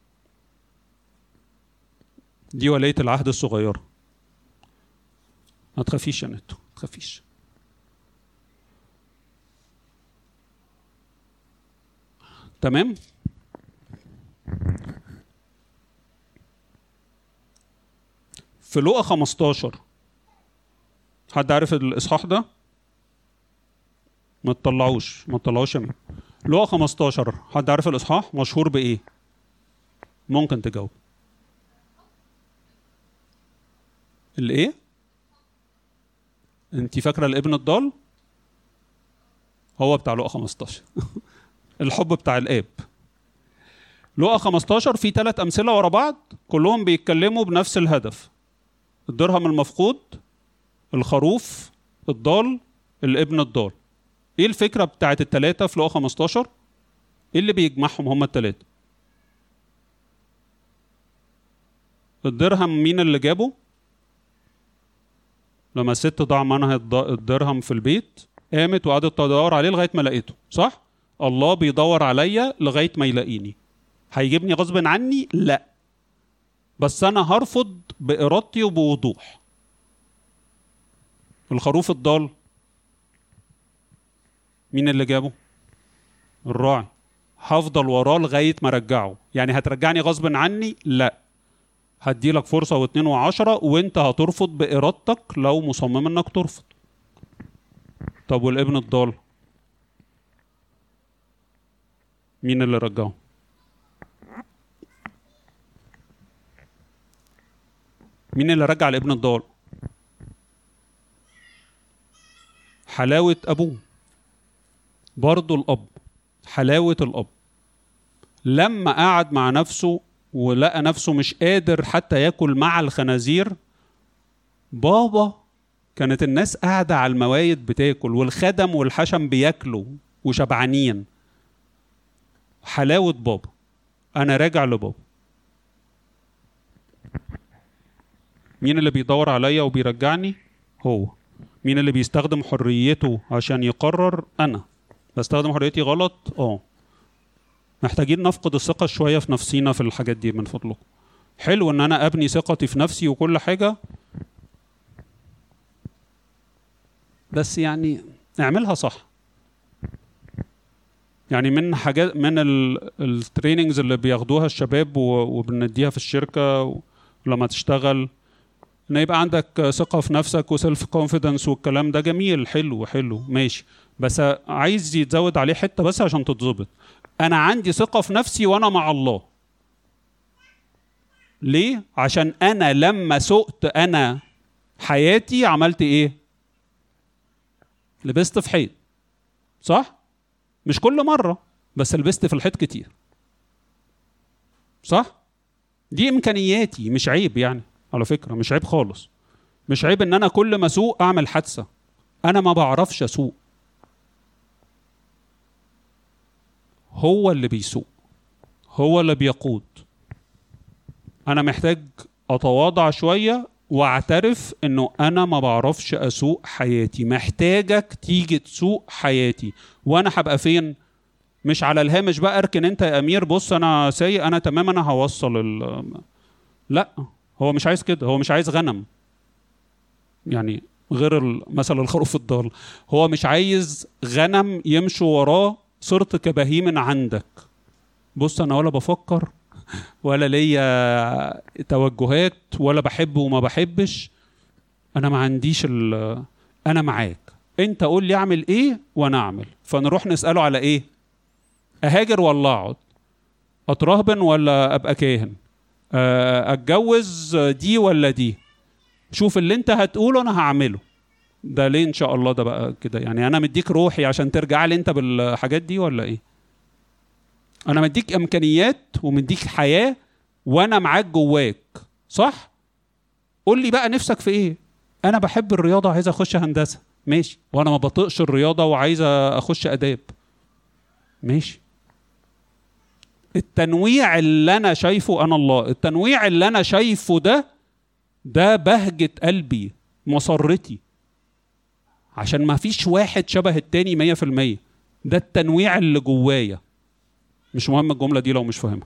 دي ولاية العهد الصغيرة. ما تخافيش يا نتو، ما تخافيش. تمام. في لوقا خمستاشر، حد عارف الإصحاح ده؟ ما تطلعوش ما تطلعوش يا مين. لوقا خمستاشر، حد عارف الإصحاح مشهور بإيه؟ ممكن تجاوب. الايه؟ انت فاكره الابن الضال؟ هو بتاع لوقا خمستاشر. الحب بتاع الاب. لوقا خمستاشر في ثلاث امثله ورا بعض كلهم بيتكلموا بنفس الهدف: الدرهم المفقود، الخروف الضال، الابن الضال. ايه الفكره بتاعت الثلاثه في لوقا خمستاشر؟ ايه اللي بيجمعهم هم الثلاثه؟ الدرهم مين اللي جابه؟ لما الست ضاع منها الدرهم في البيت، قامت وقعدت تدور عليه لغايه ما لقيته، صح؟ الله بيدور عليا لغايه ما يلاقيني. هيجيبني غصب عني؟ لا، بس انا هرفض بارادتي وبوضوح. الخروف الضال مين اللي جابه؟ الراعي. هفضل وراه لغايه ما ارجعه. يعني هترجعني غصب عني؟ لا، هدي لك فرصة واثنين وعشرة وانت هترفض بإرادتك لو مصمم انك ترفض. طب والابن الضال مين اللي رجعه؟ مين اللي رجع الابن الضال؟ حلاوة ابوه. برضو الاب، حلاوة الاب. لما قعد مع نفسه ولقى نفسه مش قادر حتى ياكل مع الخنازير، بابا كانت الناس قاعدة على الموايد بتاكل والخدم والحشم بياكلوا وشبعانين. حلاوة بابا. أنا راجع لبابا. مين اللي بيدور عليا وبيرجعني؟ هو. مين اللي بيستخدم حريته عشان يقرر؟ أنا. بستخدم حريتي غلط؟ اه. محتاجين نفقد الثقة شوية في نفسينا في الحاجات دي من فضلكم. حلو ان انا ابني ثقتي في نفسي وكل حاجة، بس يعني نعملها صح. يعني من حاجات من التريننجز اللي بياخدوها الشباب وبنديها في الشركة ولما تشتغل، ان يبقى عندك ثقة في نفسك وسيلف كونفيدنس والكلام ده جميل، حلو حلو ماشي، بس عايز يتزود عليه حتة بس عشان تتظبط. أنا عندي ثقة في نفسي وأنا مع الله. ليه؟ عشان أنا لما سقت أنا حياتي عملت إيه؟ لبست في حيط، صح؟ مش كل مرة، بس لبست في الحيط كتير، صح؟ دي إمكانياتي، مش عيب يعني، على فكرة مش عيب خالص. مش عيب إن أنا كل ما أسوق أعمل حادثة. أنا ما بعرفش أسوق، هو اللي بيسوق، هو اللي بيقود. انا محتاج اتواضع شوية واعترف انه انا ما بعرفش اسوق حياتي. محتاجك تيجي تسوق حياتي. وانا هبقى فين؟ مش على الهامش بقى اركن انت يا امير، بص انا سايق انا تمام انا هوصل ال... لا، هو مش عايز كده، هو مش عايز غنم يعني، غير مثل الخروف الضال، هو مش عايز غنم يمشوا وراه صرت كبهيم عندك. بص انا ولا بفكر ولا ليا توجهات ولا بحب وما بحبش، انا ما عنديش ال... انا معاك، انت قول لي اعمل ايه وانا اعمل. فنروح نساله على ايه؟ اهاجر ولا اقعد؟ اترهبن ولا ابقى كاهن؟ اتجوز دي ولا دي؟ شوف اللي انت هتقوله انا هعمله. ده ليه ان شاء الله ده بقى كده يعني؟ انا مديك روحي عشان ترجع لي انت بالحاجات دي ولا ايه؟ انا مديك امكانيات ومديك حياة وانا معاك جواك، صح؟ قول لي بقى نفسك في ايه؟ انا بحب الرياضة عايز اخش هندسة، ماشي، وانا ما بطيقش الرياضة وعايز اخش اداب، ماشي. التنويع اللي انا شايفه انا الله، التنويع اللي انا شايفه ده ده بهجة قلبي، مسرتي، عشان ما فيش واحد شبه التاني مية في المية. ده التنويع اللي جوايا. مش مهم الجملة دي لو مش فاهمها.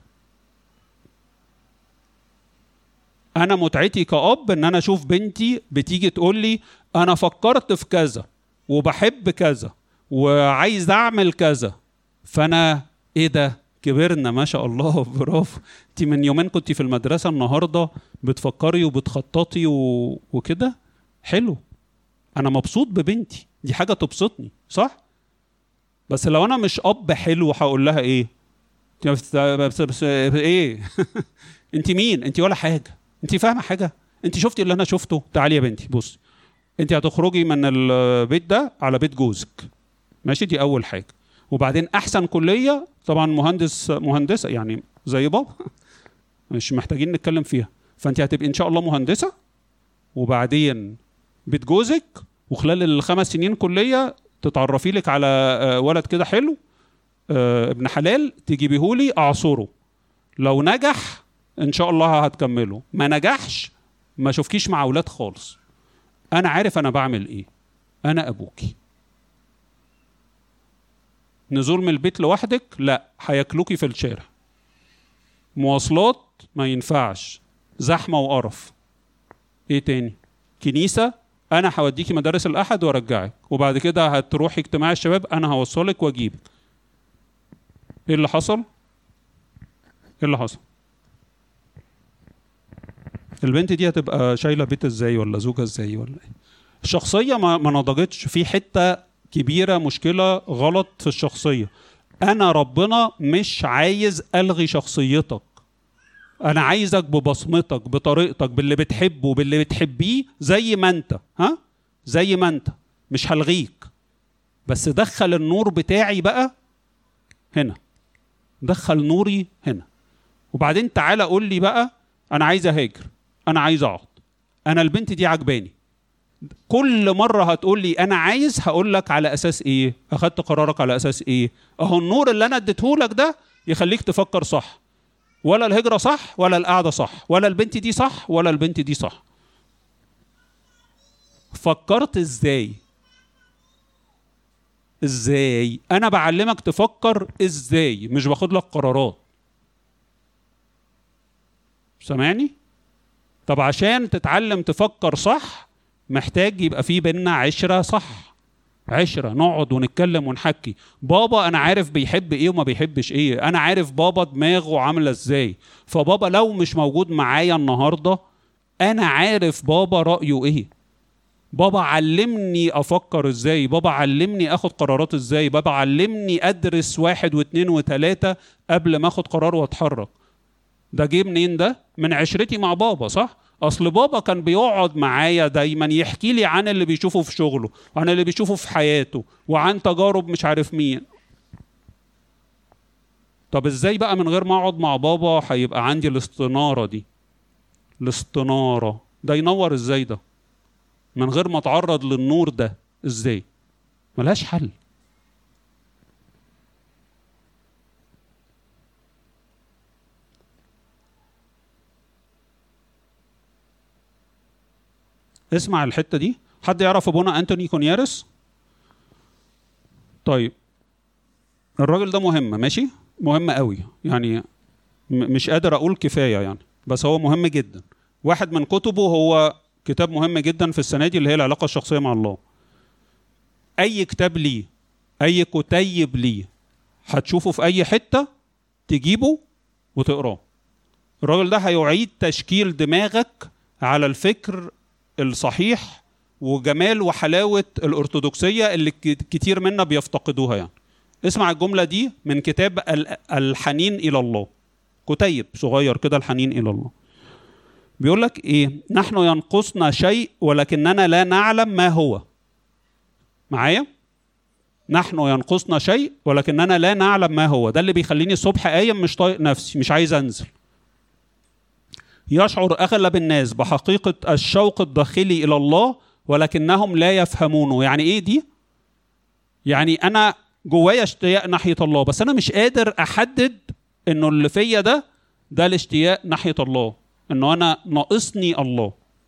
انا متعتي كأب ان انا اشوف بنتي بتيجي تقول لي انا فكرت في كذا وبحب كذا وعايز اعمل كذا، فانا ايه ده؟ كبرنا ما شاء الله، برافو، انت من يومين كنت في المدرسة النهاردة بتفكري وبتخططي و... وكده، حلو، انا مبسوط ببنتي، دي حاجة تبسطني، صح؟ بس لو انا مش اب حلو هقول لها ايه؟ بس بس بس ايه؟ انت مين؟ انت ولا حاجة، انت فاهمة حاجة؟ انت شفتي اللي انا شفته؟ تعالي يا بنتي بصي، انت هتخرجي من البيت ده على بيت جوزك، ماشي، دي اول حاجة. وبعدين احسن كلية طبعا مهندس مهندسة يعني زي بابا، مش محتاجين نتكلم فيها. فانت هتبقي ان شاء الله مهندسة، وبعدين بيت جوزك، وخلال الخمس سنين كلية تتعرفي لك على ولد كده حلو ابن حلال تجيبيهولي اعصره، لو نجح ان شاء الله هتكمله، ما نجحش ما شوفكيش مع اولاد خالص. انا عارف انا بعمل ايه، انا ابوكي. نزول من البيت لوحدك لا، هياكلوكي في الشارع، مواصلات ما ينفعش، زحمه وقرف، ايه تاني؟ كنيسه انا هوديكي مدارس الاحد وارجعك، وبعد كده هتروحي اجتماع الشباب انا هوصلك واجيبك. ايه اللي حصل؟ ايه اللي حصل؟ البنت دي هتبقى شايله بيت ازاي ولا زوجها ازاي ولا ايه؟ الشخصيه ما, ما نضجتش، في حته كبيره مشكله غلط في الشخصيه. انا ربنا مش عايز الغي شخصيتك، انا عايزك ببصمتك بطريقتك باللي بتحبه باللي بتحبيه زي ما انت، ها، زي ما انت، مش هلغيك، بس دخل النور بتاعي بقى هنا، دخل نوري هنا. وبعدين تعالى قول لي بقى انا عايز اهاجر، انا عايز اقعد، انا البنت دي عجباني. كل مره هتقول لي انا عايز، هقول لك على اساس ايه؟ اخدت قرارك على اساس ايه؟ اهو النور اللي انا اديته لك ده يخليك تفكر صح. ولا الهجره صح ولا القعده صح ولا البنت دي صح ولا البنت دي صح. فكرت ازاي؟ ازاي؟ انا بعلمك تفكر ازاي، مش باخد لك قرارات. سامعني؟ طب عشان تتعلم تفكر صح محتاج يبقى في بينا عشرة صح، عشرة نقعد ونتكلم ونحكي. بابا انا عارف بيحب ايه وما بيحبش ايه، انا عارف بابا دماغه عاملة ازاي، فبابا لو مش موجود معايا النهاردة انا عارف بابا رأيه ايه. بابا علمني افكر ازاي، بابا علمني اخد قرارات ازاي، بابا علمني ادرس واحد واثنين وثلاثة قبل ما اخد قرار واتحرك. ده جه منين ده؟ من عشرتي مع بابا، صح؟ اصل بابا كان بيقعد معايا دايما يحكي لي عن اللي بيشوفه في شغله وعن اللي بيشوفه في حياته وعن تجارب مش عارف مين. طب ازاي بقى من غير ما اقعد مع بابا هيبقى عندي الاستنارة دي؟ الاستنارة ده ينور ازاي ده؟ من غير ما اتعرض للنور ده ازاي؟ ملهاش حل. اسمع الحتة دي. حد يعرف ابونا انتوني كونيارس؟ طيب الراجل ده مهم، ماشي، مهم قوي يعني، مش قادر اقول كفايه يعني، بس هو مهم جدا. واحد من كتبه هو كتاب مهم جدا في السنه دي، اللي هي العلاقه الشخصيه مع الله. اي كتاب ليه، اي كتيب ليه هتشوفه في اي حته، تجيبه وتقراه. الراجل ده هيعيد تشكيل دماغك على الفكر الصحيح وجمال وحلاوه الارثوذكسيه اللي كتير منا بيفتقدوها يعني. اسمع الجمله دي من كتاب الحنين الى الله، كتيب صغير كده، الحنين الى الله. بيقول لك ايه؟ نحن ينقصنا شيء ولكننا لا نعلم ما هو. معايا؟ نحن ينقصنا شيء ولكننا لا نعلم ما هو. ده اللي بيخليني الصبح قايم مش طايق نفسي، مش عايز انزل. يشعر اغلب الناس بحقيقه الشوق الداخلي الى الله ولكنهم لا يفهمونه. يعني ايه دي؟ يعني انا جوايا اشتياق ناحيه الله، بس انا مش قادر احدد انه اللي فيا ده ده الاشتياق ناحيه الله، انه انا ناقصني الله.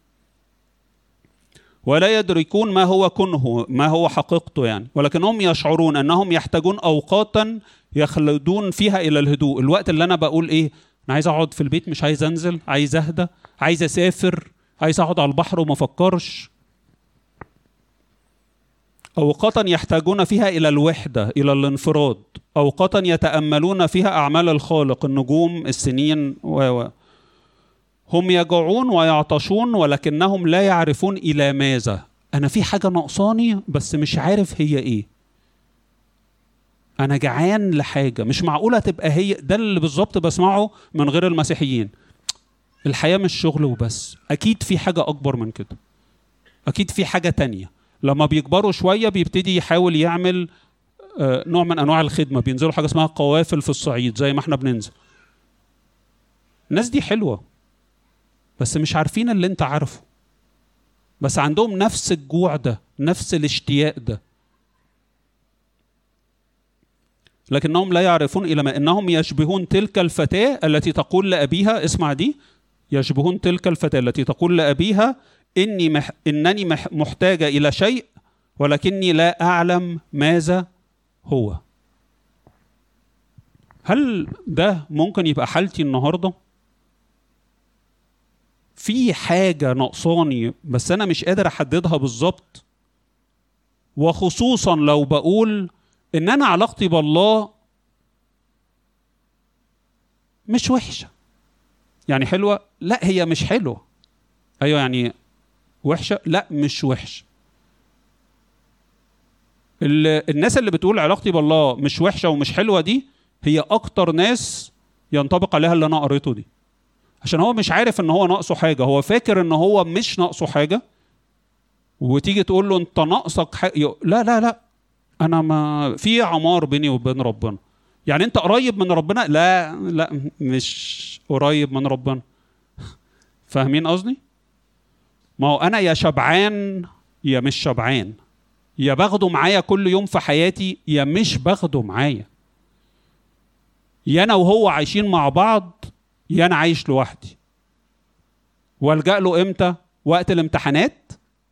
ولا يدركون ما هو كنه، ما هو حقيقته يعني، ولكنهم يشعرون انهم يحتاجون اوقاتا يخلدون فيها الى الهدوء. الوقت اللي انا بقول ايه؟ انا عايز اقعد في البيت، مش عايز انزل، عايز اهدى، عايز اسافر، عايز اقعد على البحر وما افكرش. اوقاتا يحتاجون فيها الى الوحده، الى الانفراد. اوقاتا يتاملون فيها اعمال الخالق، النجوم، السنين و هم يجوعون ويعطشون ولكنهم لا يعرفون الى ماذا. انا في حاجه ناقصاني بس مش عارف هي ايه. انا جعان لحاجه، مش معقوله تبقى هي. ده اللي بالظبط بسمعه من غير المسيحيين. الحياه مش شغل وبس، اكيد في حاجه اكبر من كده، اكيد في حاجه تانية. لما بيكبروا شويه بيبتدي يحاول يعمل آه نوع من انواع الخدمه، بينزلوا حاجه اسمها قوافل في الصعيد زي ما احنا بننزل. الناس دي حلوه بس مش عارفين اللي انت عارفه، بس عندهم نفس الجوع ده، نفس الاشتياق ده، لكنهم لا يعرفون إلى ما إنهم يشبهون تلك الفتاة التي تقول لأبيها، اسمع دي، يشبهون تلك الفتاة التي تقول لأبيها إني مح إنني مح محتاجة إلى شيء ولكني لا أعلم ماذا هو. هل ده ممكن يبقى حالتي النهارده؟ في حاجة ناقصاني بس أنا مش قادر أحددها بالظبط، وخصوصا لو بقول إن أنا علاقتي بالله مش وحشة. يعني حلوة؟ لا هي مش حلوة. أيوة يعني وحشة؟ لا مش وحشة. الناس اللي بتقول علاقتي بالله مش وحشة ومش حلوة دي هي أكتر ناس ينطبق عليها اللي أنا قريته دي، عشان هو مش عارف ان هو ناقصه حاجه، هو فاكر ان هو مش ناقصه حاجه، وتيجي تقول له انت ناقصك حاجه، لا لا لا انا ما في عمار بيني وبين ربنا. يعني انت قريب من ربنا؟ لا لا مش قريب من ربنا. فاهمين قصدي؟ ما هو انا يا شبعان يا مش شبعان، يا باخده معايا كل يوم في حياتي يا مش باخده معايا، يا انا وهو عايشين مع بعض يا انا عايش لوحدي. والجأ له امتى؟ وقت الامتحانات،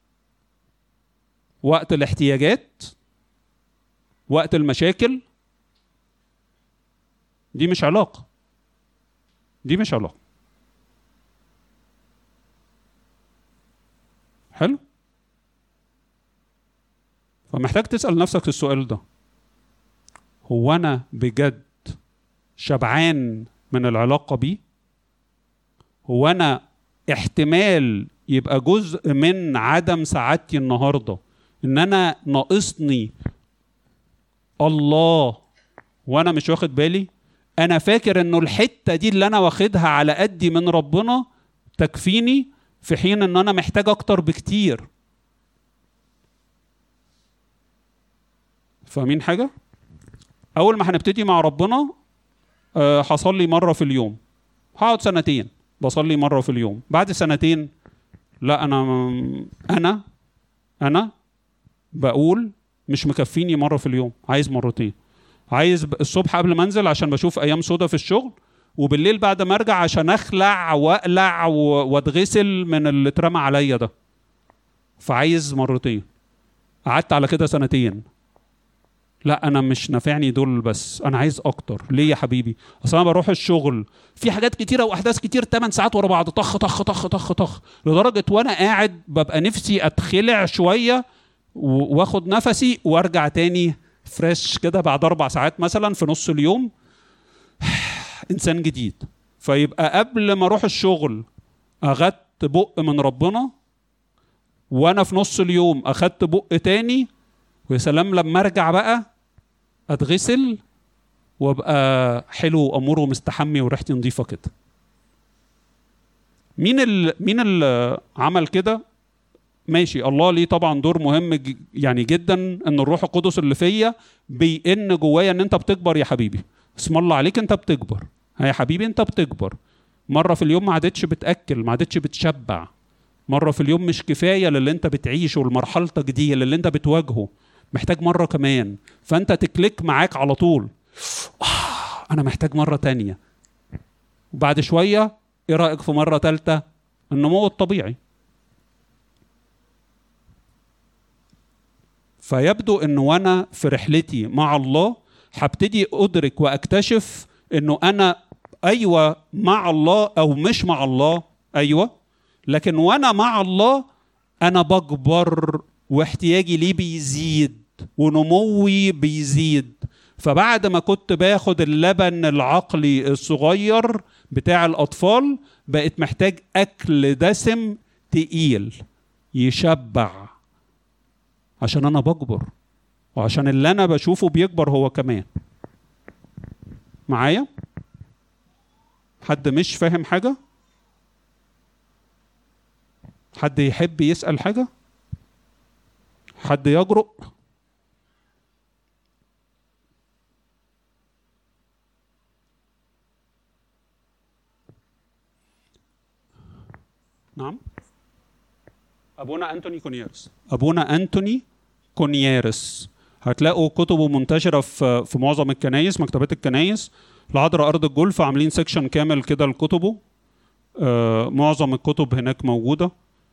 وقت الاحتياجات، وقت المشاكل. دي مش علاقة، دي مش علاقة. حلو؟ فمحتاج تسأل نفسك السؤال ده، هو أنا بجد شبعان من العلاقة بيه؟ هو أنا احتمال يبقى جزء من عدم سعادتي النهاردة إن أنا ناقصني الله وأنا مش واخد بالي؟ أنا فاكر إنه الحتة دي اللي أنا واخدها على قدي من ربنا تكفيني، في حين إن أنا محتاج أكتر بكتير. فاهمين حاجة؟ أول ما هنبتدي مع ربنا أه هصلي مرة في اليوم، هقعد سنتين بصلي مرة في اليوم. بعد سنتين لا أنا أنا أنا بقول مش مكفيني مرة في اليوم، عايز مرتين. عايز الصبح قبل ما انزل عشان بشوف أيام سودة في الشغل، وبالليل بعد ما ارجع عشان اخلع واقلع واتغسل من اللي اترمى عليا ده. فعايز مرتين. قعدت على كده سنتين لا انا مش نافعني دول، بس انا عايز اكتر. ليه يا حبيبي؟ اصل انا بروح الشغل في حاجات كتيره واحداث كتير ثمان ساعات ورا بعض، طخ طخ طخ طخ طخ، لدرجه وانا قاعد ببقى نفسي اتخلع شويه واخد نفسي وارجع تاني فريش كده بعد اربع ساعات مثلا في نص اليوم انسان جديد. فيبقى قبل ما اروح الشغل اخدت بق من ربنا، وانا في نص اليوم اخدت بق تاني، ويا سلام لما ارجع بقى اتغسل وابقى حلو وامور ومستحمي وريحتي نظيفه كده. مين ال... مين اللي عمل كده؟ ماشي، الله ليه طبعا دور مهم ج... يعني جدا، ان الروح القدس اللي فيا بيئن جوايا ان انت بتكبر يا حبيبي، اسم الله عليك انت بتكبر، ها يا حبيبي انت بتكبر. مره في اليوم ما عادتش بتاكل، ما عادتش بتشبع، مره في اليوم مش كفايه للي انت بتعيشه ولمرحلتك دي للي انت بتواجهه، محتاج مره كمان. فانت تكليك معاك على طول، آه انا محتاج مره تانية، وبعد شويه ايه رايك في مره ثالثه؟ النمو الطبيعي. فيبدو انه وانا في رحلتي مع الله هبتدي ادرك واكتشف انه انا ايوه مع الله او مش مع الله، ايوه، لكن وانا مع الله انا بكبر واحتياجي ليه بيزيد ونموي بيزيد. فبعد ما كنت باخد اللبن العقلي الصغير بتاع الاطفال، بقيت محتاج اكل دسم تقيل يشبع، عشان انا بكبر وعشان اللي انا بشوفه بيكبر هو كمان. معايا؟ حد مش فاهم حاجة؟ حد يحب يسأل حاجة؟ حد يجرؤ؟ نعم. أبونا أنتوني كونيارس. أبونا أنتوني كونيارس هتلاقوا كتبه منتشرة في في معظم الكنايس، مكتبات الكنايس. العذراء أرض الجولف عاملين سيكشن كامل كده لكتبه، آه معظم الكتب هناك موجودة.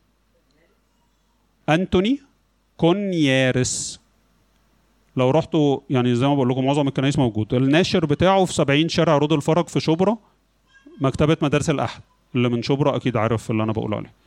أنتوني كونيارس، لو رحتوا يعني زي ما بقول لكم معظم الكنايس موجود. الناشر بتاعه في سبعين شارع رود الفرج في شبرا، مكتبة مدارس الأحد، اللي من شبرا أكيد عارف اللي أنا بقول عليه.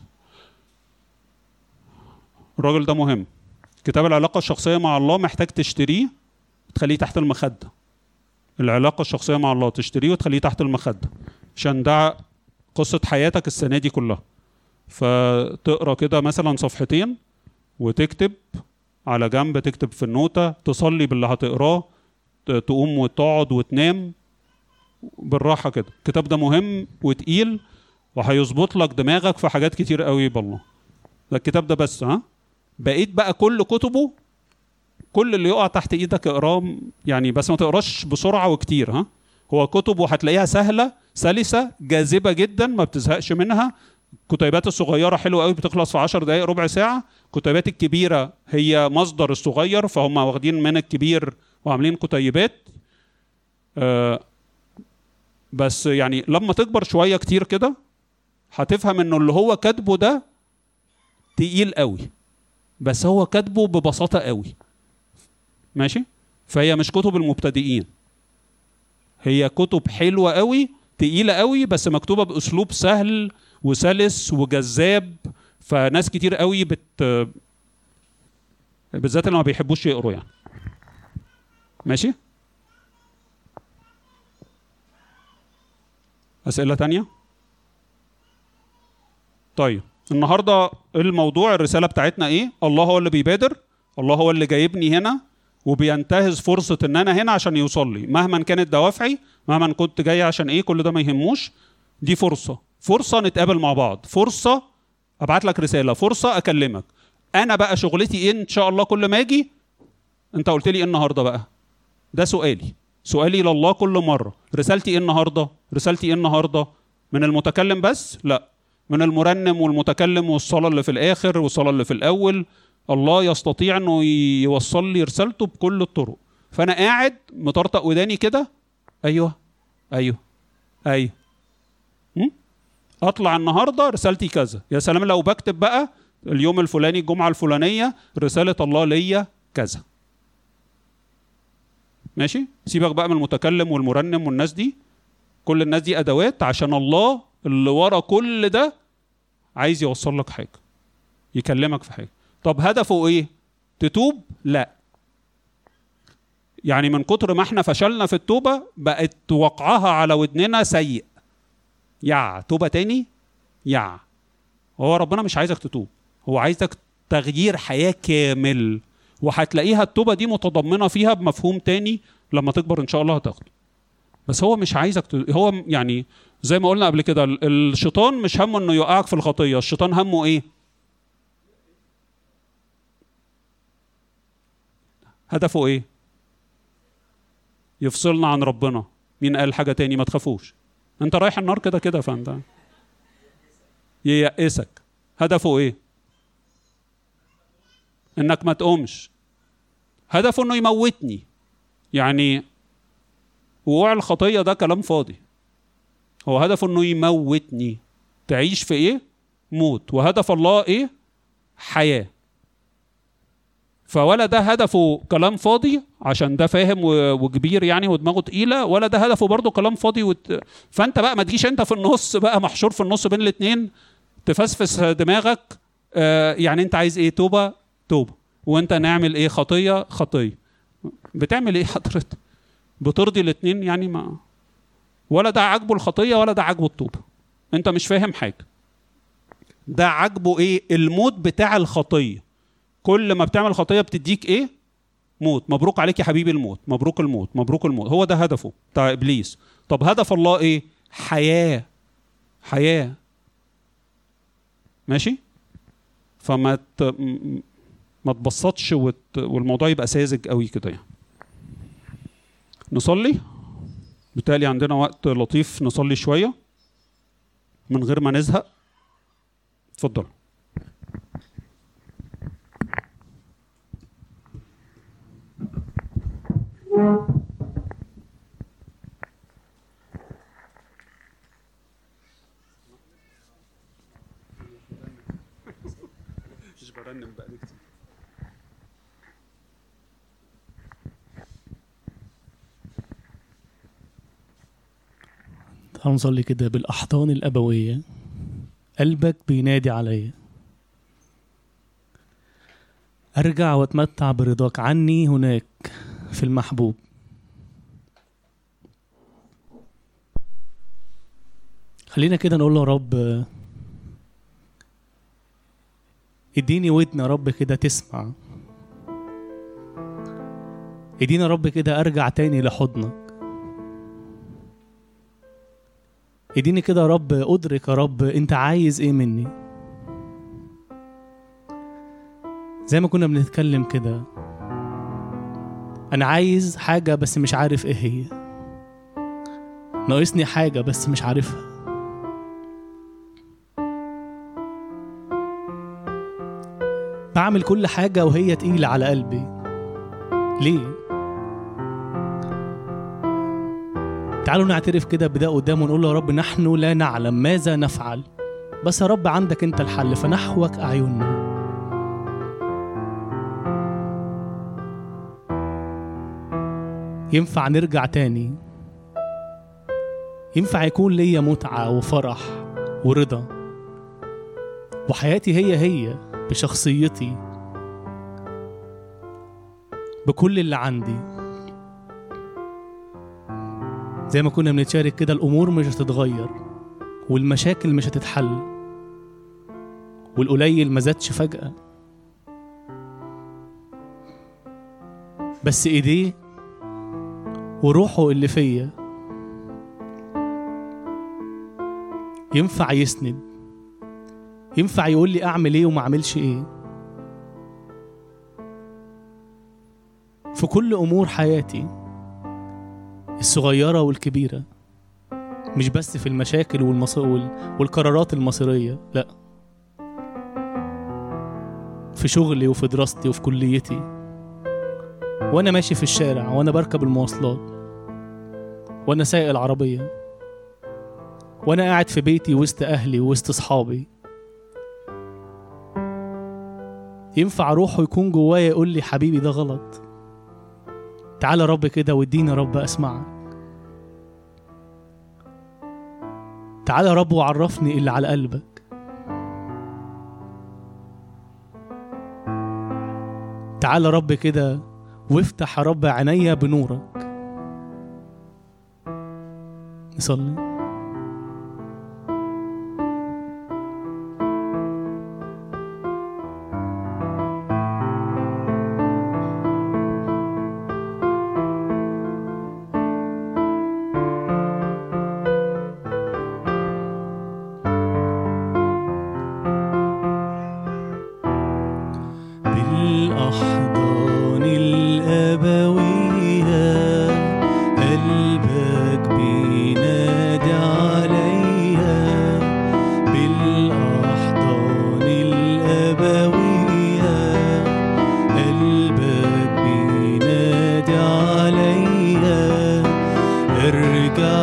الراجل ده مهم. كتاب العلاقة الشخصية مع الله محتاج تشتريه تخليه تحت المخدة. العلاقة الشخصية مع الله تشتريه وتخليه تحت المخدة، عشان ده قصة حياتك السنة دي كلها. فتقرأ كده مثلا صفحتين وتكتب على جنب، تكتب في النوتة، تصلي باللي هتقراه، تقوم وتقعد وتنام بالراحة كده. الكتاب ده مهم وتقيل وهيظبط لك دماغك في حاجات كتير قوي بالله. ده الكتاب ده بس. ها بقيت بقى كل كتبه، كل اللي يقع تحت ايدك اقراه يعني، بس ما تقراش بسرعة وكتير. ها هو كتبه هتلاقيها سهلة سلسة جاذبة جدا، ما بتزهقش منها. كتيبات الصغيرة حلوة قوي، بتخلص في عشر دقايق ربع ساعة. كتيبات الكبيرة هي مصدر الصغير، فهم واخدين من الكبير وعاملين كتيبات. آه بس يعني لما تكبر شوية كتير كده هتفهم انه اللي هو كاتبه ده تقيل قوي، بس هو كاتبه ببساطة قوي. ماشي؟ فهي مش كتب المبتدئين، هي كتب حلوة قوي تقيلة قوي، بس مكتوبة بأسلوب سهل وسلس وجذاب. فناس كتير قوي بت بالذات اللي ما بيحبوش يقروا يعني. ماشي؟ أسئلة تانية؟ طيب النهاردة الموضوع الرسالة بتاعتنا ايه؟ الله هو اللي بيبادر، الله هو اللي جايبني هنا وبينتهز فرصة ان انا هنا عشان يوصل لي، مهما كانت دوافعي، مهما كنت جاي عشان ايه، كل ده ما يهموش. دي فرصة، فرصة نتقابل مع بعض، فرصة ابعت لك رسالة، فرصة اكلمك. انا بقى شغلتي ايه ان شاء الله كل ما اجي؟ انت قلت لي ايه النهاردة بقى؟ ده سؤالي، سؤالي لله كل مرة. رسالتي ايه النهاردة؟ رسالتي ايه النهاردة؟ من المتكلم بس؟ لا، من المرنم والمتكلم والصلاة اللي في الآخر والصلاة اللي في الأول. الله يستطيع انه يوصل لي رسالته بكل الطرق. فأنا قاعد مطرطق وداني كده، أيوه أيوه أيوه، أطلع النهاردة رسالتي كذا. يا سلام لو بكتب بقى اليوم الفلاني الجمعة الفلانية رسالة الله ليا كذا. ماشي؟ سيبك بقى من المتكلم والمرنم والناس دي، كل الناس دي ادوات عشان الله اللي ورا كل ده عايز يوصل لك حاجه، يكلمك في حاجه. طب هدفه ايه؟ تتوب؟ لا. يعني من كتر ما احنا فشلنا في التوبه بقت وقعها على ودننا سيء. يع توبه تاني يع. هو ربنا مش عايزك تتوب، هو عايزك تغيير حياه كامل، وهتلاقيها التوبه دي متضمنه فيها بمفهوم تاني لما تكبر ان شاء الله هتاخده. بس هو مش عايزك ت... هو يعني زي ما قلنا قبل كده، الشيطان مش همه انه يوقعك في الخطيه، الشيطان همه ايه؟ هدفه ايه؟ يفصلنا عن ربنا. مين قال حاجه تاني؟ ما تخافوش، انت رايح النار كده كده، فانت ييأسك. هدفه ايه؟ انك ما تقومش. هدفه انه يموتني. يعني وقوع الخطيه ده كلام فاضي، هو هدفه انه يموتني. تعيش في ايه؟ موت. وهدف الله ايه؟ حياه. فولا ده هدفه كلام فاضي عشان ده فاهم وكبير يعني ودماغه تقيله، ولا ده هدفه برضه كلام فاضي وت... فانت بقى ما تجيش انت في النص بقى محشور في النص بين الاثنين تفسفس دماغك. آه يعني انت عايز ايه؟ توبه توبه. وانت نعمل ايه؟ خطيه خطيه. بتعمل ايه حضرتك؟ بترضي الاثنين يعني؟ ما ولا ده عاجبه الخطيه ولا ده عاجبه التوبه. انت مش فاهم حاجه. ده عاجبه ايه؟ الموت بتاع الخطيه. كل ما بتعمل خطيه بتديك ايه؟ موت. مبروك عليك يا حبيبي الموت، مبروك الموت، مبروك الموت. هو ده هدفه بتاع ابليس. طب هدف الله ايه؟ حياه. حياه. ماشي؟ فما ت... ما تبسطش وت... والموضوع يبقى ساذج قوي كده يعني. نصلي. بالتالي عندنا وقت لطيف نصلي شويه من غير ما نزهق. اتفضل. مش برنم بقالي كتير. تعالوا نصلي كده بالأحضان الأبوية. قلبك بينادي عليا، أرجع وأتمتع برضاك عني هناك في المحبوب. خلينا كده نقول له يا رب اديني ودن يا رب كده تسمع، اديني يا رب كده ارجع تاني لحضنك، اديني كده يا رب ادرك يا رب انت عايز ايه مني. زي ما كنا بنتكلم كده، انا عايز حاجة بس مش عارف ايه هي، ناقصني حاجة بس مش عارفها. بعمل كل حاجة وهي تقيلة على قلبي. ليه؟ تعالوا نعترف كده بده قدامه ونقول له يا رب نحن لا نعلم ماذا نفعل، بس يا رب عندك انت الحل، فنحوك أعيننا. ينفع نرجع تاني، ينفع يكون ليا متعة وفرح ورضا وحياتي هي هي بشخصيتي بكل اللي عندي. زي ما كنا بنتشارك كده، الأمور مش هتتغير والمشاكل مش هتتحل والقليل ما زادش فجأة، بس إيديه وروحه اللي فيا ينفع يسند، ينفع يقول لي أعمل إيه وما أعملش إيه في كل أمور حياتي الصغيرة والكبيرة، مش بس في المشاكل والمص... والقرارات المصيرية، لا، في شغلي وفي دراستي وفي كليتي، وأنا ماشي في الشارع، وأنا بركب المواصلات، وأنا سايق العربية، وأنا قاعد في بيتي وسط أهلي وسط أصحابي. ينفع روحه يكون جوايا يقول لي حبيبي ده غلط، تعالى رب كده واديني رب اسمعك. تعالى رب وعرفني اللي على قلبك. تعالى رب كده وافتح يا رب عينيا بنورك. نصلي. بالأحضان الأبوية قلبك بينادي عليا. بالأحضان الأبوية قلبك بينادي عليا. ارجع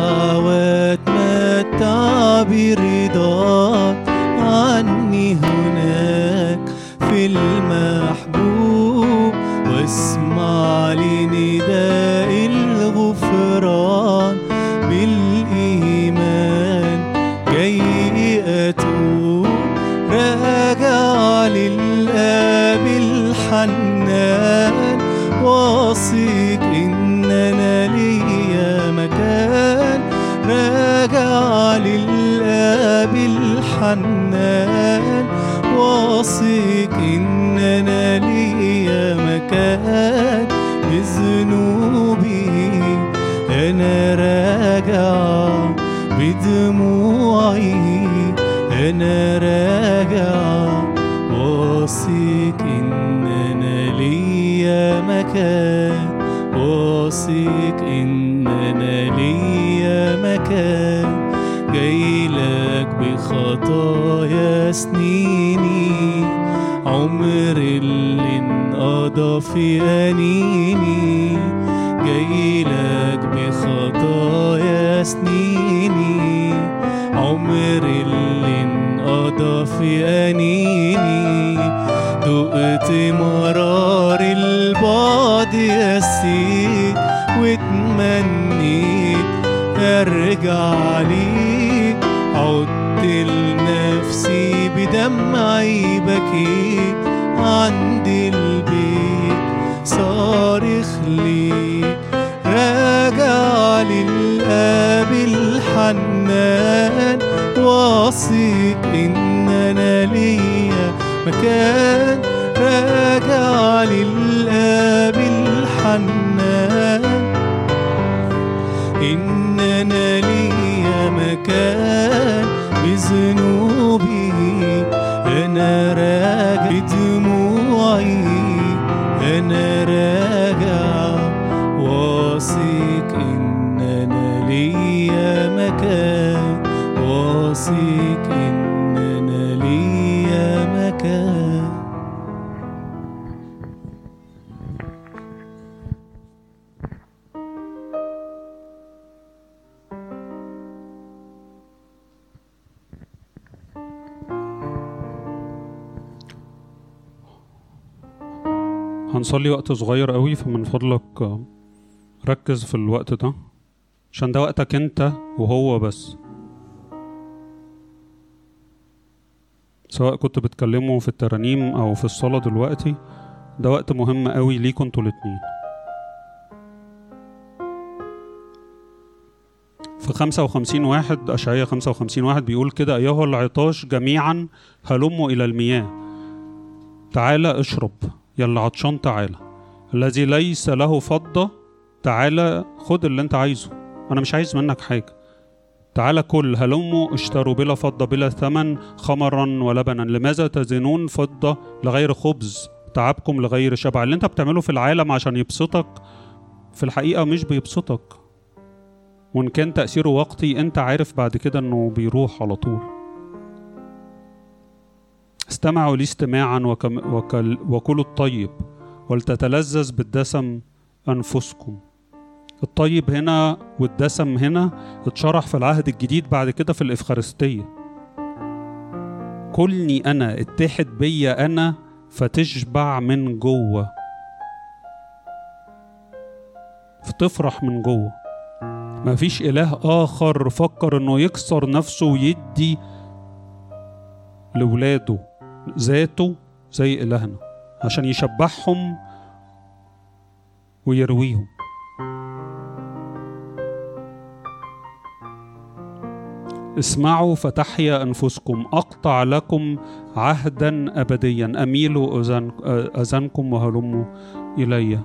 واتمتع برضاك عني هناك في المحبوب، واسمع لنداء الغفران. بالإيمان جاي أتوب، راجع للآب الحنان، واثق إن أنا ليا مكان. راجع للآب الحنان، واثق إن أنا ليا مكان. بذنوبي أنا راجع، بدموعي أنا راجع، واثق إن أنا ليا مكان. واثق إن أنا ليا مكان. جايلك بخطايا سنيني، عمر اللي انقضى في أنيني. جايلك بخطايا سنيني، عمر اللي انقضى في أنيني. دقت مرار البعد يا سيد، واتمنيت ارجع ليك. عدت لنفسي بدمعي بكيت عند البيت صارخ ليك. راجع للآب الحنان، واثق إن أنا ليا مكان. راجع للآب الحنان، إن أنا ليا مكان. بذنوبي أنا راجع، بدموعي أنا راجع، واثق إن أنا ليا مكان. واثق إن أنا ليا مكان. هنصلي وقت صغير قوي، فمن فضلك ركز في الوقت ده عشان ده وقتك انت وهو بس. سواء كنت بتكلموا في الترانيم او في الصلاة دلوقتي، ده وقت مهم قوي ليكوا انتوا الاتنين. في خمسة وخمسين واحد، أشعياء خمسة وخمسين واحد بيقول كده: أيها العطاش جميعا هلموا إلى المياه، تعالى اشرب يلا عطشان تعالى. الذي ليس له فضة تعالى خد اللي انت عايزه، انا مش عايز منك حاجة. تعالى كل، هلموا اشتروا بلا فضة بلا ثمن خمرا ولبنا. لماذا تزنون فضة لغير خبز، تعبكم لغير شبع؟ اللي انت بتعمله في العالم عشان يبسطك في الحقيقة مش بيبسطك، وان كان تأثيره وقتي انت عارف بعد كده انه بيروح على طول. استمعوا لي استماعا وكم وكل وكلوا الطيب ولتتلذذ بالدسم أنفسكم. الطيب هنا والدسم هنا اتشرح في العهد الجديد بعد كده في الإفخارستية. كلني أنا، اتحد بيا أنا فتشبع من جوه. تفرح من جوه. مفيش إله آخر فكر إنه يكسر نفسه ويدي لولاده ذاته زي إلهنا عشان يشبعهم ويرويهم. اسمعوا فتحيا أنفسكم، أقطع لكم عهدا أبديا، أميلوا أذانكم وهلموا إلي.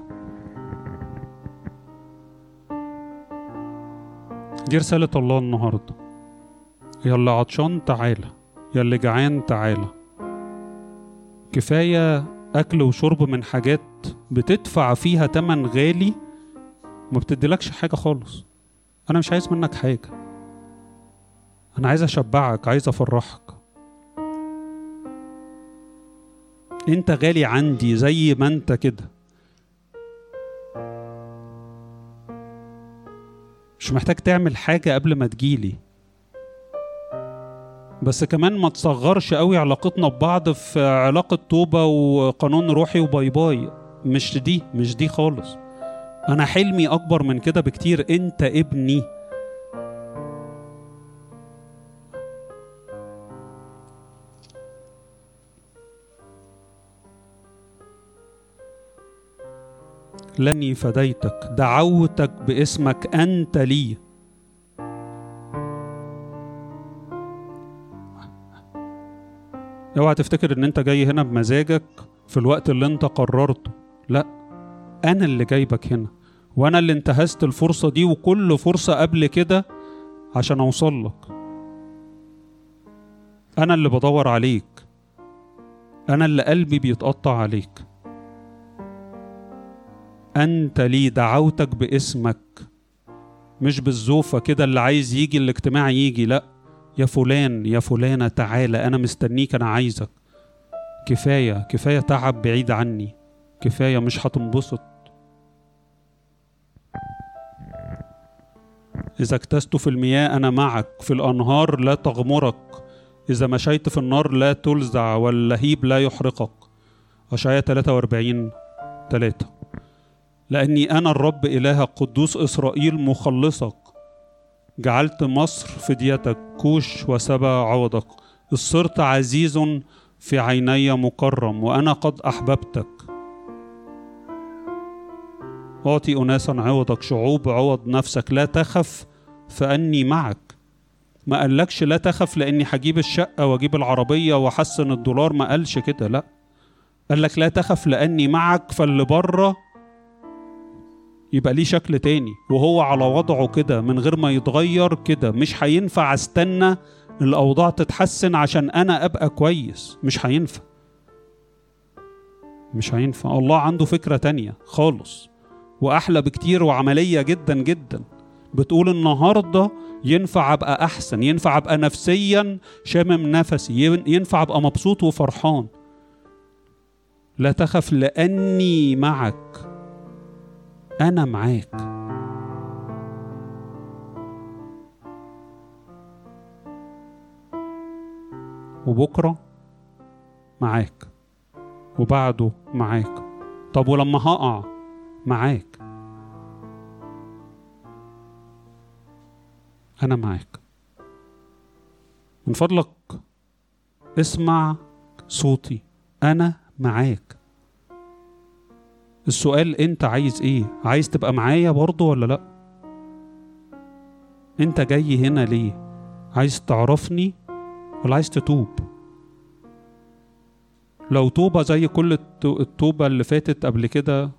دي رسالة الله النهاردة. يلا عطشان تعالى، يلا جعان تعالى. كفاية أكل وشرب من حاجات بتدفع فيها تمن غالي ما بتديلكش حاجة خالص. أنا مش عايز منك حاجة، أنا عايز أشبعك، عايز أفرحك. أنت غالي عندي زي ما أنت كده، مش محتاج تعمل حاجة قبل ما تجيلي. بس كمان ما تصغرش قوي علاقتنا ببعض في علاقة توبة وقانون روحي وباي باي. مش دي مش دي خالص. أنا حلمي أكبر من كده بكتير. أنت ابني. لاني فديتك، دعوتك باسمك، أنت لي. اوعى تفتكر ان انت جاي هنا بمزاجك في الوقت اللي انت قررته. لا، انا اللي جايبك هنا، وانا اللي انتهزت الفرصة دي وكل فرصة قبل كده عشان اوصل لك. انا اللي بدور عليك، انا اللي قلبي بيتقطع عليك. أنت لي، دعوتك باسمك، مش بالزوفة كده اللي عايز يجي الاجتماع يجي. لأ، يا فلان يا فلانة تعالى، أنا مستنيك، أنا عايزك. كفاية كفاية تعب بعيد عني، كفاية مش هتنبسط. إذا اكتست في المياه أنا معك، في الأنهار لا تغمرك، إذا مشيت في النار لا تلزع واللهيب لا يحرقك. أشعياء ثلاثة وأربعين ثلاثة. لأني أنا الرب إلهك قدوس إسرائيل مخلصك، جعلت مصر فديتك، كوش وسبا عوضك. صرت عزيز في عيني مكرم، وأنا قد أحببتك. أعطي أناسا عوضك، شعوب عوض نفسك. لا تخف فأني معك. ما قالكش لا تخف لأني هجيب الشقة وأجيب العربية وأحسن الدولار، ما قالش كده. لا، قالك لا تخف لأني معك. فاللي بره يبقى ليه شكل تاني، وهو على وضعه كده من غير ما يتغير كده. مش هينفع استنى الأوضاع تتحسن عشان أنا أبقى كويس. مش هينفع مش هينفع. الله عنده فكرة تانية خالص وأحلى بكتير وعملية جدا جدا. بتقول النهاردة ينفع أبقى أحسن، ينفع أبقى نفسيا شامم نفسي، ينفع أبقى مبسوط وفرحان. لا تخف لأني معك، أنا معاك. وبكرة معاك، وبعده معاك. طب ولما هقع معاك، أنا معاك. من فضلك اسمع صوتي، أنا معاك. السؤال انت عايز ايه؟ عايز تبقى معايا برضو ولا لا؟ انت جاي هنا ليه؟ عايز تعرفني ولا عايز تتوب؟ لو توبة زي كل التوبة اللي فاتت قبل كده،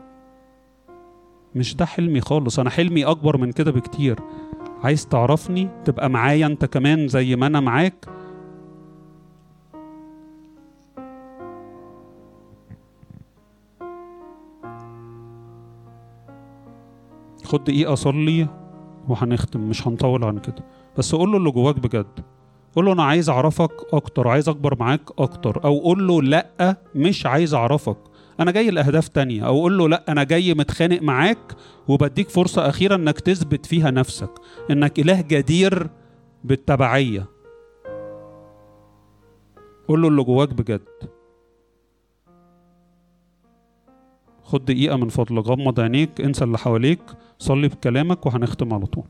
مش ده حلمي خالص. انا حلمي اكبر من كده بكتير. عايز تعرفني، تبقى معايا انت كمان زي ما انا معاك. خد دقيقة صلي وهنختم، مش هنطول عن كده. بس قول له اللي جواك بجد. قول له أنا عايز أعرفك أكتر، عايز أكبر معاك أكتر. أو قول له لأ، مش عايز أعرفك، أنا جاي لأهداف تانية. أو قول له لأ، أنا جاي متخانق معاك وبديك فرصة أخيرة إنك تثبت فيها نفسك، إنك إله جدير بالتبعية. قول له اللي جواك بجد. خد دقيقة من فضلك، غمض عينيك، انسى اللي حواليك، صلي بكلامك وهنختم على طول.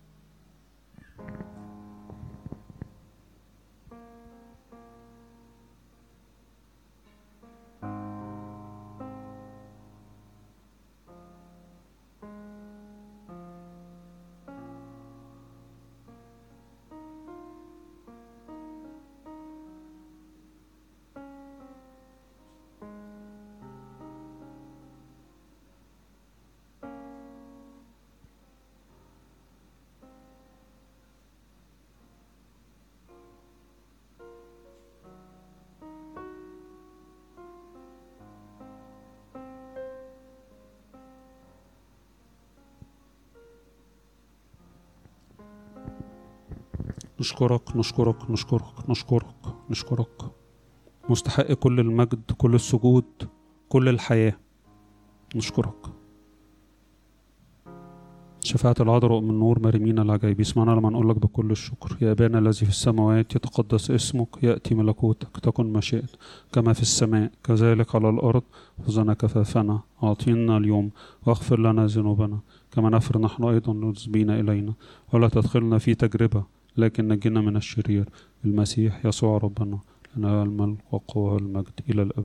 نشكرك نشكرك نشكرك نشكرك نشكرك، مستحق كل المجد، كل السجود، كل الحياة. نشكرك. شفاعة العذراء من نور مريمين العجائب، اسمعنا لما نقول لك بكل الشكر. يا أبانا الذي في السماوات، يتقدس اسمك، يأتي ملكوتك، تكن مشيئتك كما في السماء كذلك على الأرض. خذنا كفافنا أعطينا اليوم، واغفر لنا ذنوبنا كما نغفر نحن أيضا للمذنبين إلينا، ولا تدخلنا في تجربة لكن نجنا من الشرير. المسيح يسوع ربنا، لنا الملك والقوة والمجد إلى الأبد.